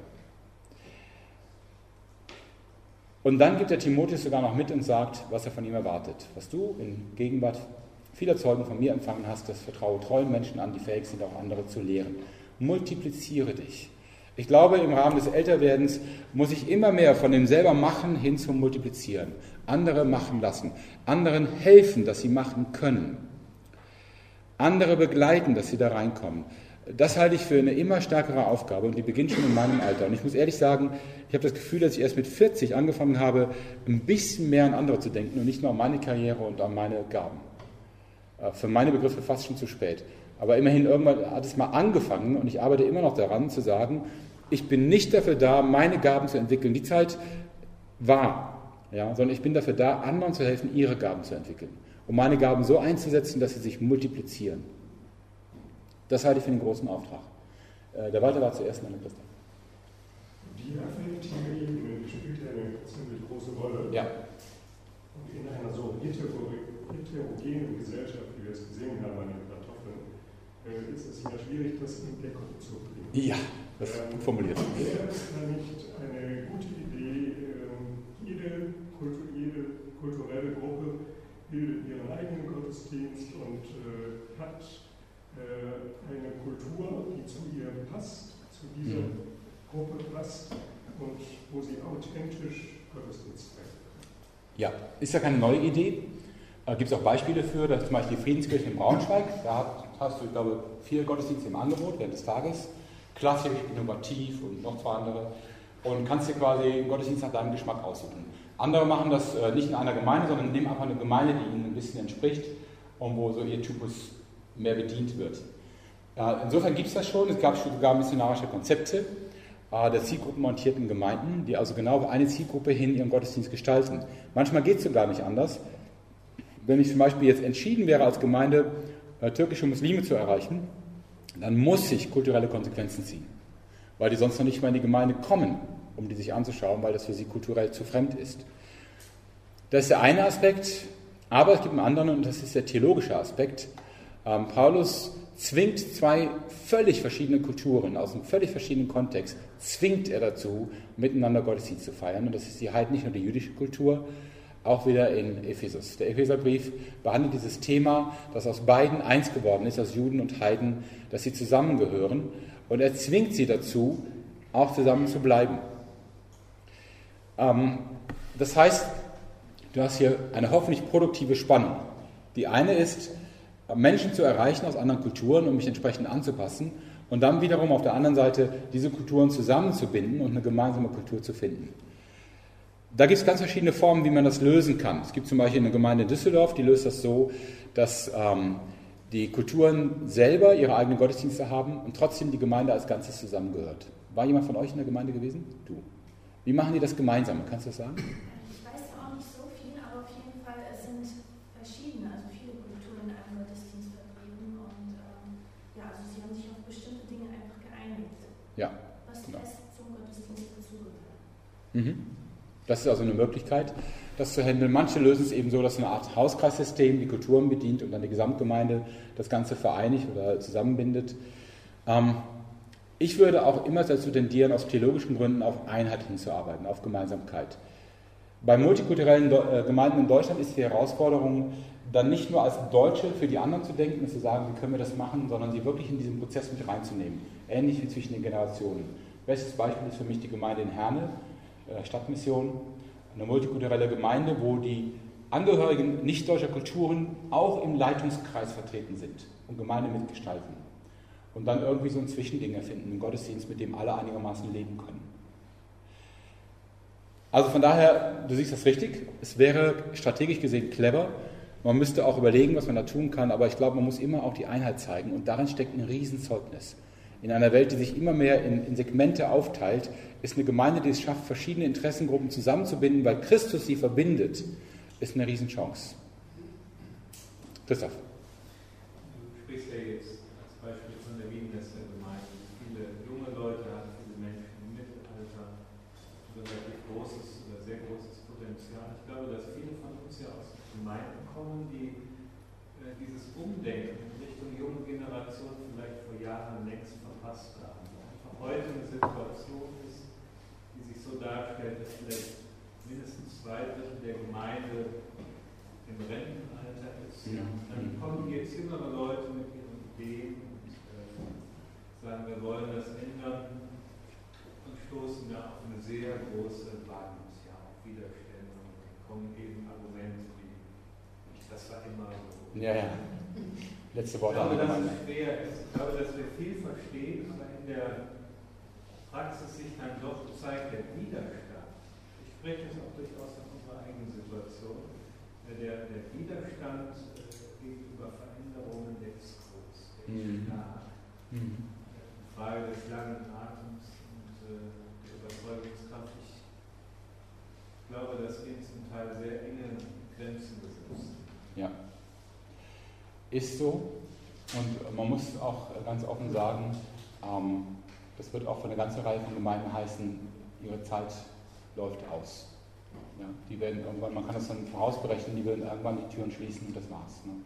Und dann gibt der Timotheus sogar noch mit und sagt, was er von ihm erwartet. Was du in Gegenwart vieler Zeugen von mir empfangen hast, das vertraue treuen Menschen an, die fähig sind, auch andere zu lehren. Multipliziere dich. Ich glaube, im Rahmen des Älterwerdens muss ich immer mehr von dem selber Machen hin zum Multiplizieren. Andere machen lassen. Anderen helfen, dass sie machen können. Andere begleiten, dass sie da reinkommen. Das halte ich für eine immer stärkere Aufgabe und die beginnt schon in meinem Alter. Und ich muss ehrlich sagen, ich habe das Gefühl, dass ich erst mit 40 angefangen habe, ein bisschen mehr an andere zu denken und nicht nur an meine Karriere und an meine Gaben. Für meine Begriffe fast schon zu spät. Aber immerhin, irgendwann hat es mal angefangen und ich arbeite immer noch daran, zu sagen, ich bin nicht dafür da, meine Gaben zu entwickeln. Die Zeit war, ja, sondern ich bin dafür da, anderen zu helfen, ihre Gaben zu entwickeln. Um meine Gaben so einzusetzen, dass sie sich multiplizieren. Das halte ich für den großen Auftrag. Der Walter war zuerst, dann der Christoph. Die affektive Ebene spielt ja eine ziemlich große Rolle. Ja. Und in einer so heterogenen Gesellschaft, wie wir es gesehen haben an den Kartoffeln, ist es ja schwierig, das in Deckung zu bringen. Ja, das ist gut formuliert. Wäre es da nicht eine gute Idee, jede kulturelle Gruppe bildet ihren eigenen Gottesdienst und hat eine Kultur, die zu ihr passt, zu dieser Gruppe passt und wo sie authentisch Gottesdienst feiert. Ja, ist ja keine neue Idee. Gibt es auch Beispiele für, dass zum Beispiel die Friedenskirche in Braunschweig, da hast du, ich glaube, 4 Gottesdienste im Angebot während des Tages, klassisch, innovativ und noch 2 andere, und kannst dir quasi einen Gottesdienst nach deinem Geschmack aussuchen. Andere machen das nicht in einer Gemeinde, sondern nehmen einfach eine Gemeinde, die ihnen ein bisschen entspricht und wo so ihr Typus mehr bedient wird. Insofern gibt es das schon. Es gab sogar missionarische Konzepte der zielgruppenorientierten Gemeinden, die also genau auf eine Zielgruppe hin ihren Gottesdienst gestalten. Manchmal geht es sogar nicht anders. Wenn ich zum Beispiel jetzt entschieden wäre, als Gemeinde türkische Muslime zu erreichen, dann muss ich kulturelle Konsequenzen ziehen, weil die sonst noch nicht mal in die Gemeinde kommen, um die sich anzuschauen, weil das für sie kulturell zu fremd ist. Das ist der eine Aspekt, aber es gibt einen anderen, und das ist der theologische Aspekt. Paulus zwingt 2 völlig verschiedene Kulturen aus einem völlig verschiedenen Kontext, zwingt er dazu, miteinander Gottesdienst zu feiern. Und das ist nicht nur die jüdische Kultur, auch wieder in Ephesus. Der Epheserbrief behandelt dieses Thema, dass aus beiden eins geworden ist, aus Juden und Heiden, dass sie zusammengehören. Und er zwingt sie dazu, auch zusammen zu bleiben. Das heißt, du hast hier eine hoffentlich produktive Spannung. Die eine ist, Menschen zu erreichen aus anderen Kulturen, um mich entsprechend anzupassen, und dann wiederum auf der anderen Seite diese Kulturen zusammenzubinden und eine gemeinsame Kultur zu finden. Da gibt es ganz verschiedene Formen, wie man das lösen kann. Es gibt zum Beispiel eine Gemeinde in Düsseldorf, die löst das so, dass die Kulturen selber ihre eigenen Gottesdienste haben und trotzdem die Gemeinde als Ganzes zusammengehört. War jemand von euch in der Gemeinde gewesen? Du. Wie machen die das gemeinsam? Kannst du das sagen? Ich weiß auch nicht so viel, aber auf jeden Fall, es sind verschiedene, also viele Kulturen in einem Gottesdienst vertreten und also sie haben sich auf bestimmte Dinge einfach geeinigt. Ja. Was genau. fest zum Gottesdienst dazugehört. Das ist also eine Möglichkeit, das zu handeln. Manche lösen es eben so, dass eine Art Hauskreissystem die Kulturen bedient und dann die Gesamtgemeinde das Ganze vereinigt oder zusammenbindet. Ich würde auch immer dazu tendieren, aus theologischen Gründen auf Einheit hinzuarbeiten, auf Gemeinsamkeit. Bei multikulturellen Gemeinden in Deutschland ist die Herausforderung, dann nicht nur als Deutsche für die anderen zu denken und zu sagen, wie können wir das machen, sondern sie wirklich in diesen Prozess mit reinzunehmen. Ähnlich wie zwischen den Generationen. Bestes Beispiel ist für mich die Gemeinde in Herne, Stadtmission, eine multikulturelle Gemeinde, wo die Angehörigen nicht deutscher Kulturen auch im Leitungskreis vertreten sind und Gemeinde mitgestalten. Und dann irgendwie so ein Zwischending erfinden, einen Gottesdienst, mit dem alle einigermaßen leben können. Also von daher, du siehst das richtig, es wäre strategisch gesehen clever, man müsste auch überlegen, was man da tun kann, aber ich glaube, man muss immer auch die Einheit zeigen und darin steckt ein Riesenzeugnis. In einer Welt, die sich immer mehr in Segmente aufteilt, ist eine Gemeinde, die es schafft, verschiedene Interessengruppen zusammenzubinden, weil Christus sie verbindet, ist eine Riesenchance. Christoph. Du sprichst ja jetzt als Beispiel von der Wieneser Gemeinde. Viele junge Leute haben, viele Menschen im Mittelalter, relativ großes oder sehr großes Potenzial. Ich glaube, dass viele von uns ja aus Gemeinden kommen, die dieses Umdenken in Richtung junge Generation vielleicht vor Jahren längst verpasst haben. Einfach heute eine Situation ist, die sich so darstellt, dass vielleicht mindestens 2 Drittel der Gemeinde im Rentenalter ist. Ja. Dann kommen jetzt jüngere Leute mit ihren Ideen und sagen, wir wollen das ändern und stoßen da auf eine sehr große Wand, ja, auf Widerstände. Und dann kommen eben Argumente wie, das war immer so. Ja. Letzte Worte. Ich glaube, dass es schwer ist. Ich glaube, dass wir viel verstehen, aber in der Praxis sich dann doch zeigt der Widerstand. Ich spreche das auch durchaus in unserer eigenen Situation. Der Widerstand gegenüber Veränderungen, der ist groß, der ist stark. Die Frage des langen Atems und der Überzeugungskraft. Ich glaube, dass wir zum Teil sehr enge Grenzen gesetzt sind. Ja. Ist so. Und man muss auch ganz offen sagen, das wird auch für eine ganze Reihe von Gemeinden heißen, ihre Zeit läuft aus. Ja, die werden irgendwann, man kann das dann vorausberechnen, die werden irgendwann die Türen schließen und das war's. Ne?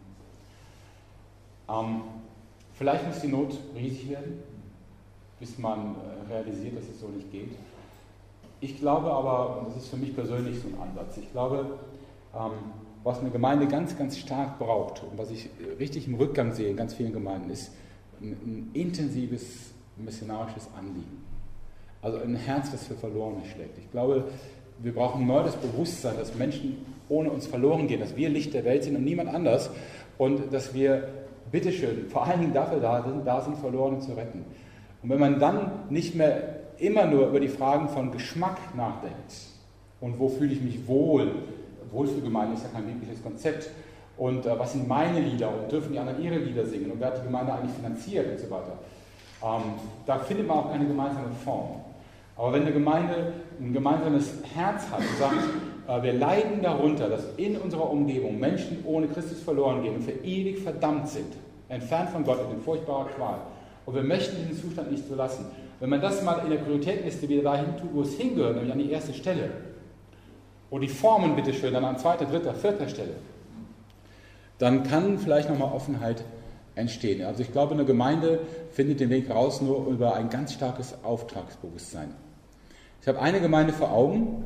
Vielleicht muss die Not riesig werden, bis man realisiert, dass es so nicht geht. Ich glaube aber, und das ist für mich persönlich so ein Ansatz, ich glaube, was eine Gemeinde ganz, ganz stark braucht und was ich richtig im Rückgang sehe in ganz vielen Gemeinden, ist ein intensives missionarisches Anliegen. Also ein Herz, das für Verlorene schlägt. Ich glaube, wir brauchen neu das Bewusstsein, dass Menschen ohne uns verloren gehen, dass wir Licht der Welt sind und niemand anders und dass wir, bitteschön, vor allen Dingen dafür da sind, Verlorene zu retten. Und wenn man dann nicht mehr immer nur über die Fragen von Geschmack nachdenkt und wo fühle ich mich wohl, Wohlfühlgemeinde ist ja kein biblisches Konzept, und was sind meine Lieder und dürfen die anderen ihre Lieder singen und wer hat die Gemeinde eigentlich finanziert und so weiter. Da findet man auch keine gemeinsame Form. Aber wenn eine Gemeinde ein gemeinsames Herz hat und sagt, wir leiden darunter, dass in unserer Umgebung Menschen ohne Christus verloren gehen und für ewig verdammt sind, entfernt von Gott in furchtbarer Qual, und wir möchten diesen Zustand nicht so lassen. Wenn man das mal in der Prioritätenliste wieder dahin tut, wo es hingehört, nämlich an die erste Stelle, und die Formen bitteschön dann an zweiter, dritter, vierter Stelle, dann kann vielleicht nochmal Offenheit entstehen. Also ich glaube, eine Gemeinde findet den Weg raus nur über ein ganz starkes Auftragsbewusstsein. Ich habe eine Gemeinde vor Augen,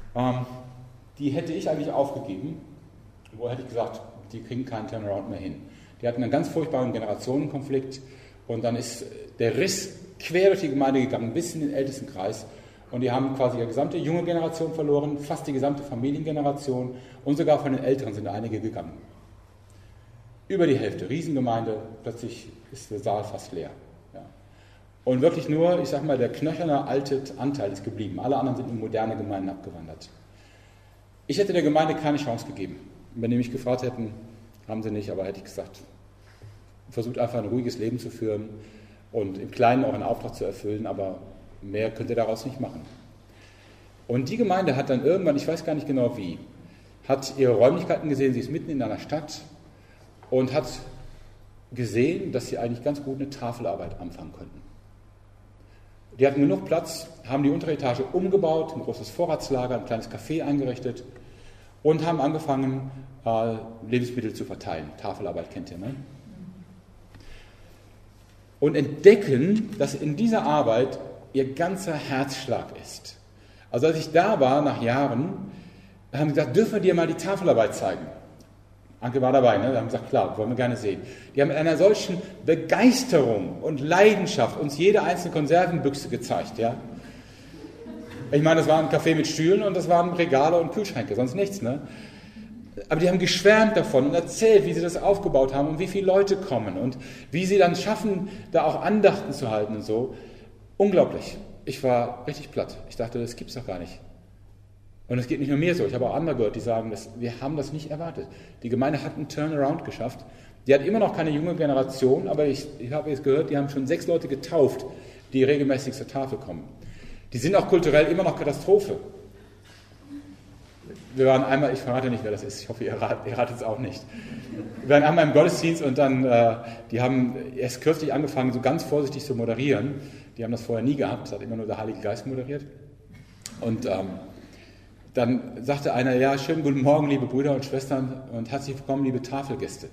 die hätte ich eigentlich aufgegeben, wo hätte ich gesagt, die kriegen keinen Turnaround mehr hin. Die hatten einen ganz furchtbaren Generationenkonflikt und dann ist der Riss quer durch die Gemeinde gegangen, bis in den Ältestenkreis. Und die haben quasi ihre gesamte junge Generation verloren, fast die gesamte Familiengeneration und sogar von den Älteren sind einige gegangen. Über die Hälfte, Riesengemeinde, plötzlich ist der Saal fast leer. Ja. Und wirklich nur, ich sage mal, der knöcherne alte Anteil ist geblieben. Alle anderen sind in moderne Gemeinden abgewandert. Ich hätte der Gemeinde keine Chance gegeben. Wenn die mich gefragt hätten, haben sie nicht, aber hätte ich gesagt, versucht einfach ein ruhiges Leben zu führen und im Kleinen auch einen Auftrag zu erfüllen, aber mehr könnt ihr daraus nicht machen. Und die Gemeinde hat dann irgendwann, ich weiß gar nicht genau wie, hat ihre Räumlichkeiten gesehen, sie ist mitten in einer Stadt und hat gesehen, dass sie eigentlich ganz gut eine Tafelarbeit anfangen könnten. Die hatten genug Platz, haben die untere Etage umgebaut, ein großes Vorratslager, ein kleines Café eingerichtet und haben angefangen, Lebensmittel zu verteilen. Tafelarbeit kennt ihr, ne? Und entdecken, dass in dieser Arbeit ihr ganzer Herzschlag ist. Also als ich da war, nach Jahren, haben sie gesagt, dürfen wir dir mal die Tafelarbeit zeigen? Anke war dabei, ne? Da haben gesagt, klar, wollen wir gerne sehen. Die haben mit einer solchen Begeisterung und Leidenschaft uns jede einzelne Konservenbüchse gezeigt, ja? Ich meine, das war ein Café mit Stühlen und das waren Regale und Kühlschränke, sonst nichts, ne? Aber die haben geschwärmt davon und erzählt, wie sie das aufgebaut haben und wie viele Leute kommen und wie sie dann schaffen, da auch Andachten zu halten und so. Unglaublich. Ich war richtig platt. Ich dachte, das gibt's doch gar nicht. Und es geht nicht nur mir so. Ich habe auch andere gehört, die sagen, wir haben das nicht erwartet. Die Gemeinde hat einen Turnaround geschafft. Die hat immer noch keine junge Generation, aber ich habe jetzt gehört, die haben schon 6 Leute getauft, die regelmäßig zur Tafel kommen. Die sind auch kulturell immer noch Katastrophe. Wir waren einmal, ich verrate nicht, wer das ist, ich hoffe, ihr ratet es auch nicht. Wir waren einmal im Gottesdienst und dann, die haben erst kürzlich angefangen, so ganz vorsichtig zu moderieren. Die haben das vorher nie gehabt, das hat immer nur der Heilige Geist moderiert. Und dann sagte einer, ja, schönen guten Morgen, liebe Brüder und Schwestern und herzlich willkommen, liebe Tafelgäste.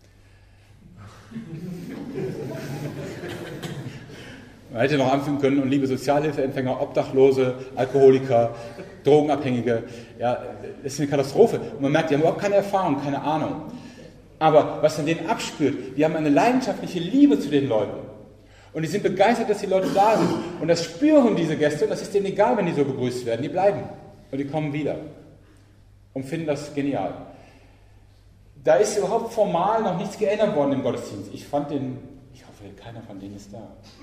Man hätte noch anfügen können, und liebe Sozialhilfeempfänger, Obdachlose, Alkoholiker, Drogenabhängige, ja, das ist eine Katastrophe. Und man merkt, die haben überhaupt keine Erfahrung, keine Ahnung. Aber was an denen abspürt, die haben eine leidenschaftliche Liebe zu den Leuten. Und die sind begeistert, dass die Leute da sind. Und das spüren diese Gäste, und das ist denen egal, wenn die so begrüßt werden, die bleiben. Und die kommen wieder. Und finden das genial. Da ist überhaupt formal noch nichts geändert worden im Gottesdienst. Ich hoffe, keiner von denen ist da.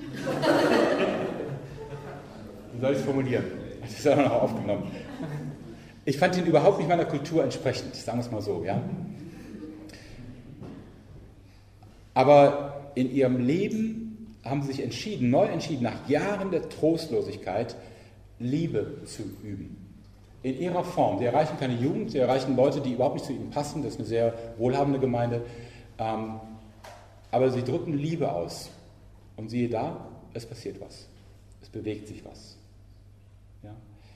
Wie soll ich es formulieren? Das ist auch noch aufgenommen. Ich fand ihn überhaupt nicht meiner Kultur entsprechend, sagen wir es mal so, ja. Aber in ihrem Leben haben sie sich neu entschieden, nach Jahren der Trostlosigkeit, Liebe zu üben. In ihrer Form. Sie erreichen keine Jugend, sie erreichen Leute, die überhaupt nicht zu ihnen passen. Das ist eine sehr wohlhabende Gemeinde. aber sie drücken Liebe aus. Und siehe da, es passiert was. Es bewegt sich was. Ja?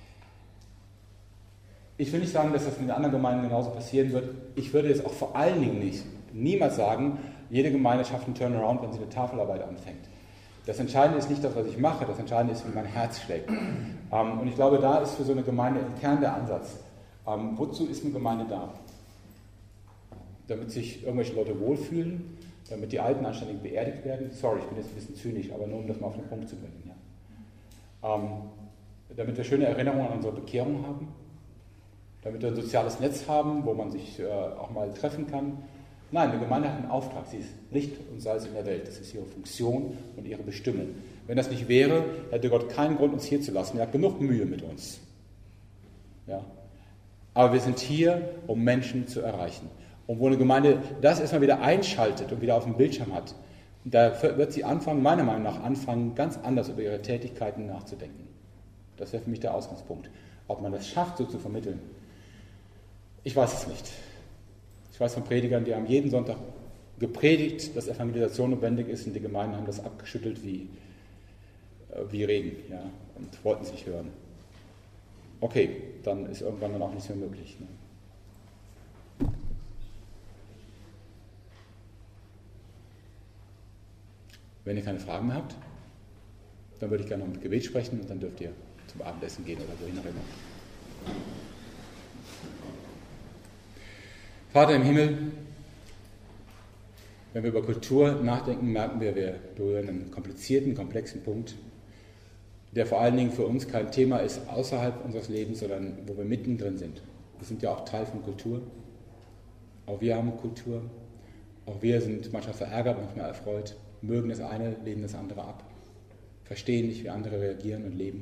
Ich will nicht sagen, dass das in den anderen Gemeinden genauso passieren wird. Ich würde jetzt auch vor allen Dingen niemals sagen, jede Gemeinde schafft einen Turnaround, wenn sie mit Tafelarbeit anfängt. Das Entscheidende ist nicht das, was ich mache, das Entscheidende ist, wie mein Herz schlägt. Und ich glaube, da ist für so eine Gemeinde im Kern der Ansatz. Wozu ist eine Gemeinde da? Damit sich irgendwelche Leute wohlfühlen, damit die Alten anständig beerdigt werden. Sorry, ich bin jetzt ein bisschen zynisch, aber nur um das mal auf den Punkt zu bringen. Ja. Damit wir schöne Erinnerungen an unsere Bekehrung haben, damit wir ein soziales Netz haben, wo man sich auch mal treffen kann. Nein, eine Gemeinde hat einen Auftrag. Sie ist Licht und Salz in der Welt. Das ist ihre Funktion und ihre Bestimmung. Wenn das nicht wäre, hätte Gott keinen Grund, uns hier zu lassen. Er hat genug Mühe mit uns. Ja. Aber wir sind hier, um Menschen zu erreichen. Und wo eine Gemeinde das erstmal wieder einschaltet und wieder auf dem Bildschirm hat, da wird sie anfangen, meiner Meinung nach ganz anders über ihre Tätigkeiten nachzudenken. Das wäre für mich der Ausgangspunkt. Ob man das schafft, so zu vermitteln, ich weiß es nicht. Ich weiß von Predigern, die haben jeden Sonntag gepredigt, dass Evangelisation notwendig ist, und die Gemeinden haben das abgeschüttelt wie Regen, ja, und wollten es nicht hören. Okay, dann ist irgendwann dann auch nichts mehr möglich. Ne? Wenn ihr keine Fragen mehr habt, dann würde ich gerne noch mit Gebet sprechen und dann dürft ihr zum Abendessen gehen oder wohin auch immer. Vater im Himmel, wenn wir über Kultur nachdenken, merken wir berühren einen komplizierten, komplexen Punkt, der vor allen Dingen für uns kein Thema ist außerhalb unseres Lebens, sondern wo wir mittendrin sind. Wir sind ja auch Teil von Kultur. Auch wir haben Kultur. Auch wir sind manchmal verärgert, manchmal erfreut, mögen das eine, lehnen das andere ab, verstehen nicht, wie andere reagieren und leben.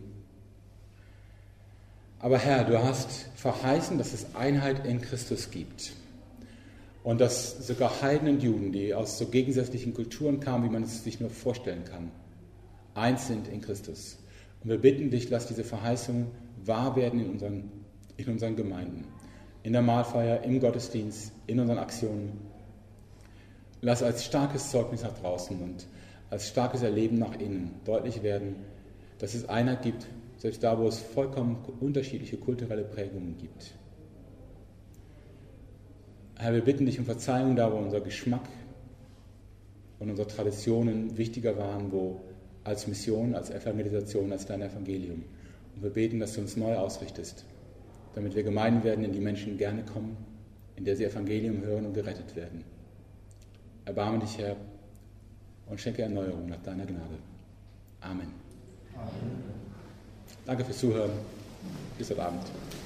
Aber Herr, du hast verheißen, dass es Einheit in Christus gibt. Und dass sogar Heiden und Juden, die aus so gegensätzlichen Kulturen kamen, wie man es sich nur vorstellen kann, eins sind in Christus. Und wir bitten dich, lass diese Verheißung wahr werden in unseren Gemeinden, in der Mahlfeier, im Gottesdienst, in unseren Aktionen. Lass als starkes Zeugnis nach draußen und als starkes Erleben nach innen deutlich werden, dass es Einheit gibt, selbst da, wo es vollkommen unterschiedliche kulturelle Prägungen gibt. Herr, wir bitten dich um Verzeihung da, wo unser Geschmack und unsere Traditionen wichtiger waren, wo als Mission, als Evangelisation, als dein Evangelium. Und wir beten, dass du uns neu ausrichtest, damit wir Gemeinden werden, in die Menschen gerne kommen, in der sie Evangelium hören und gerettet werden. Erbarme dich, Herr, und schenke Erneuerung nach deiner Gnade. Amen. Amen. Danke fürs Zuhören. Bis heute Abend.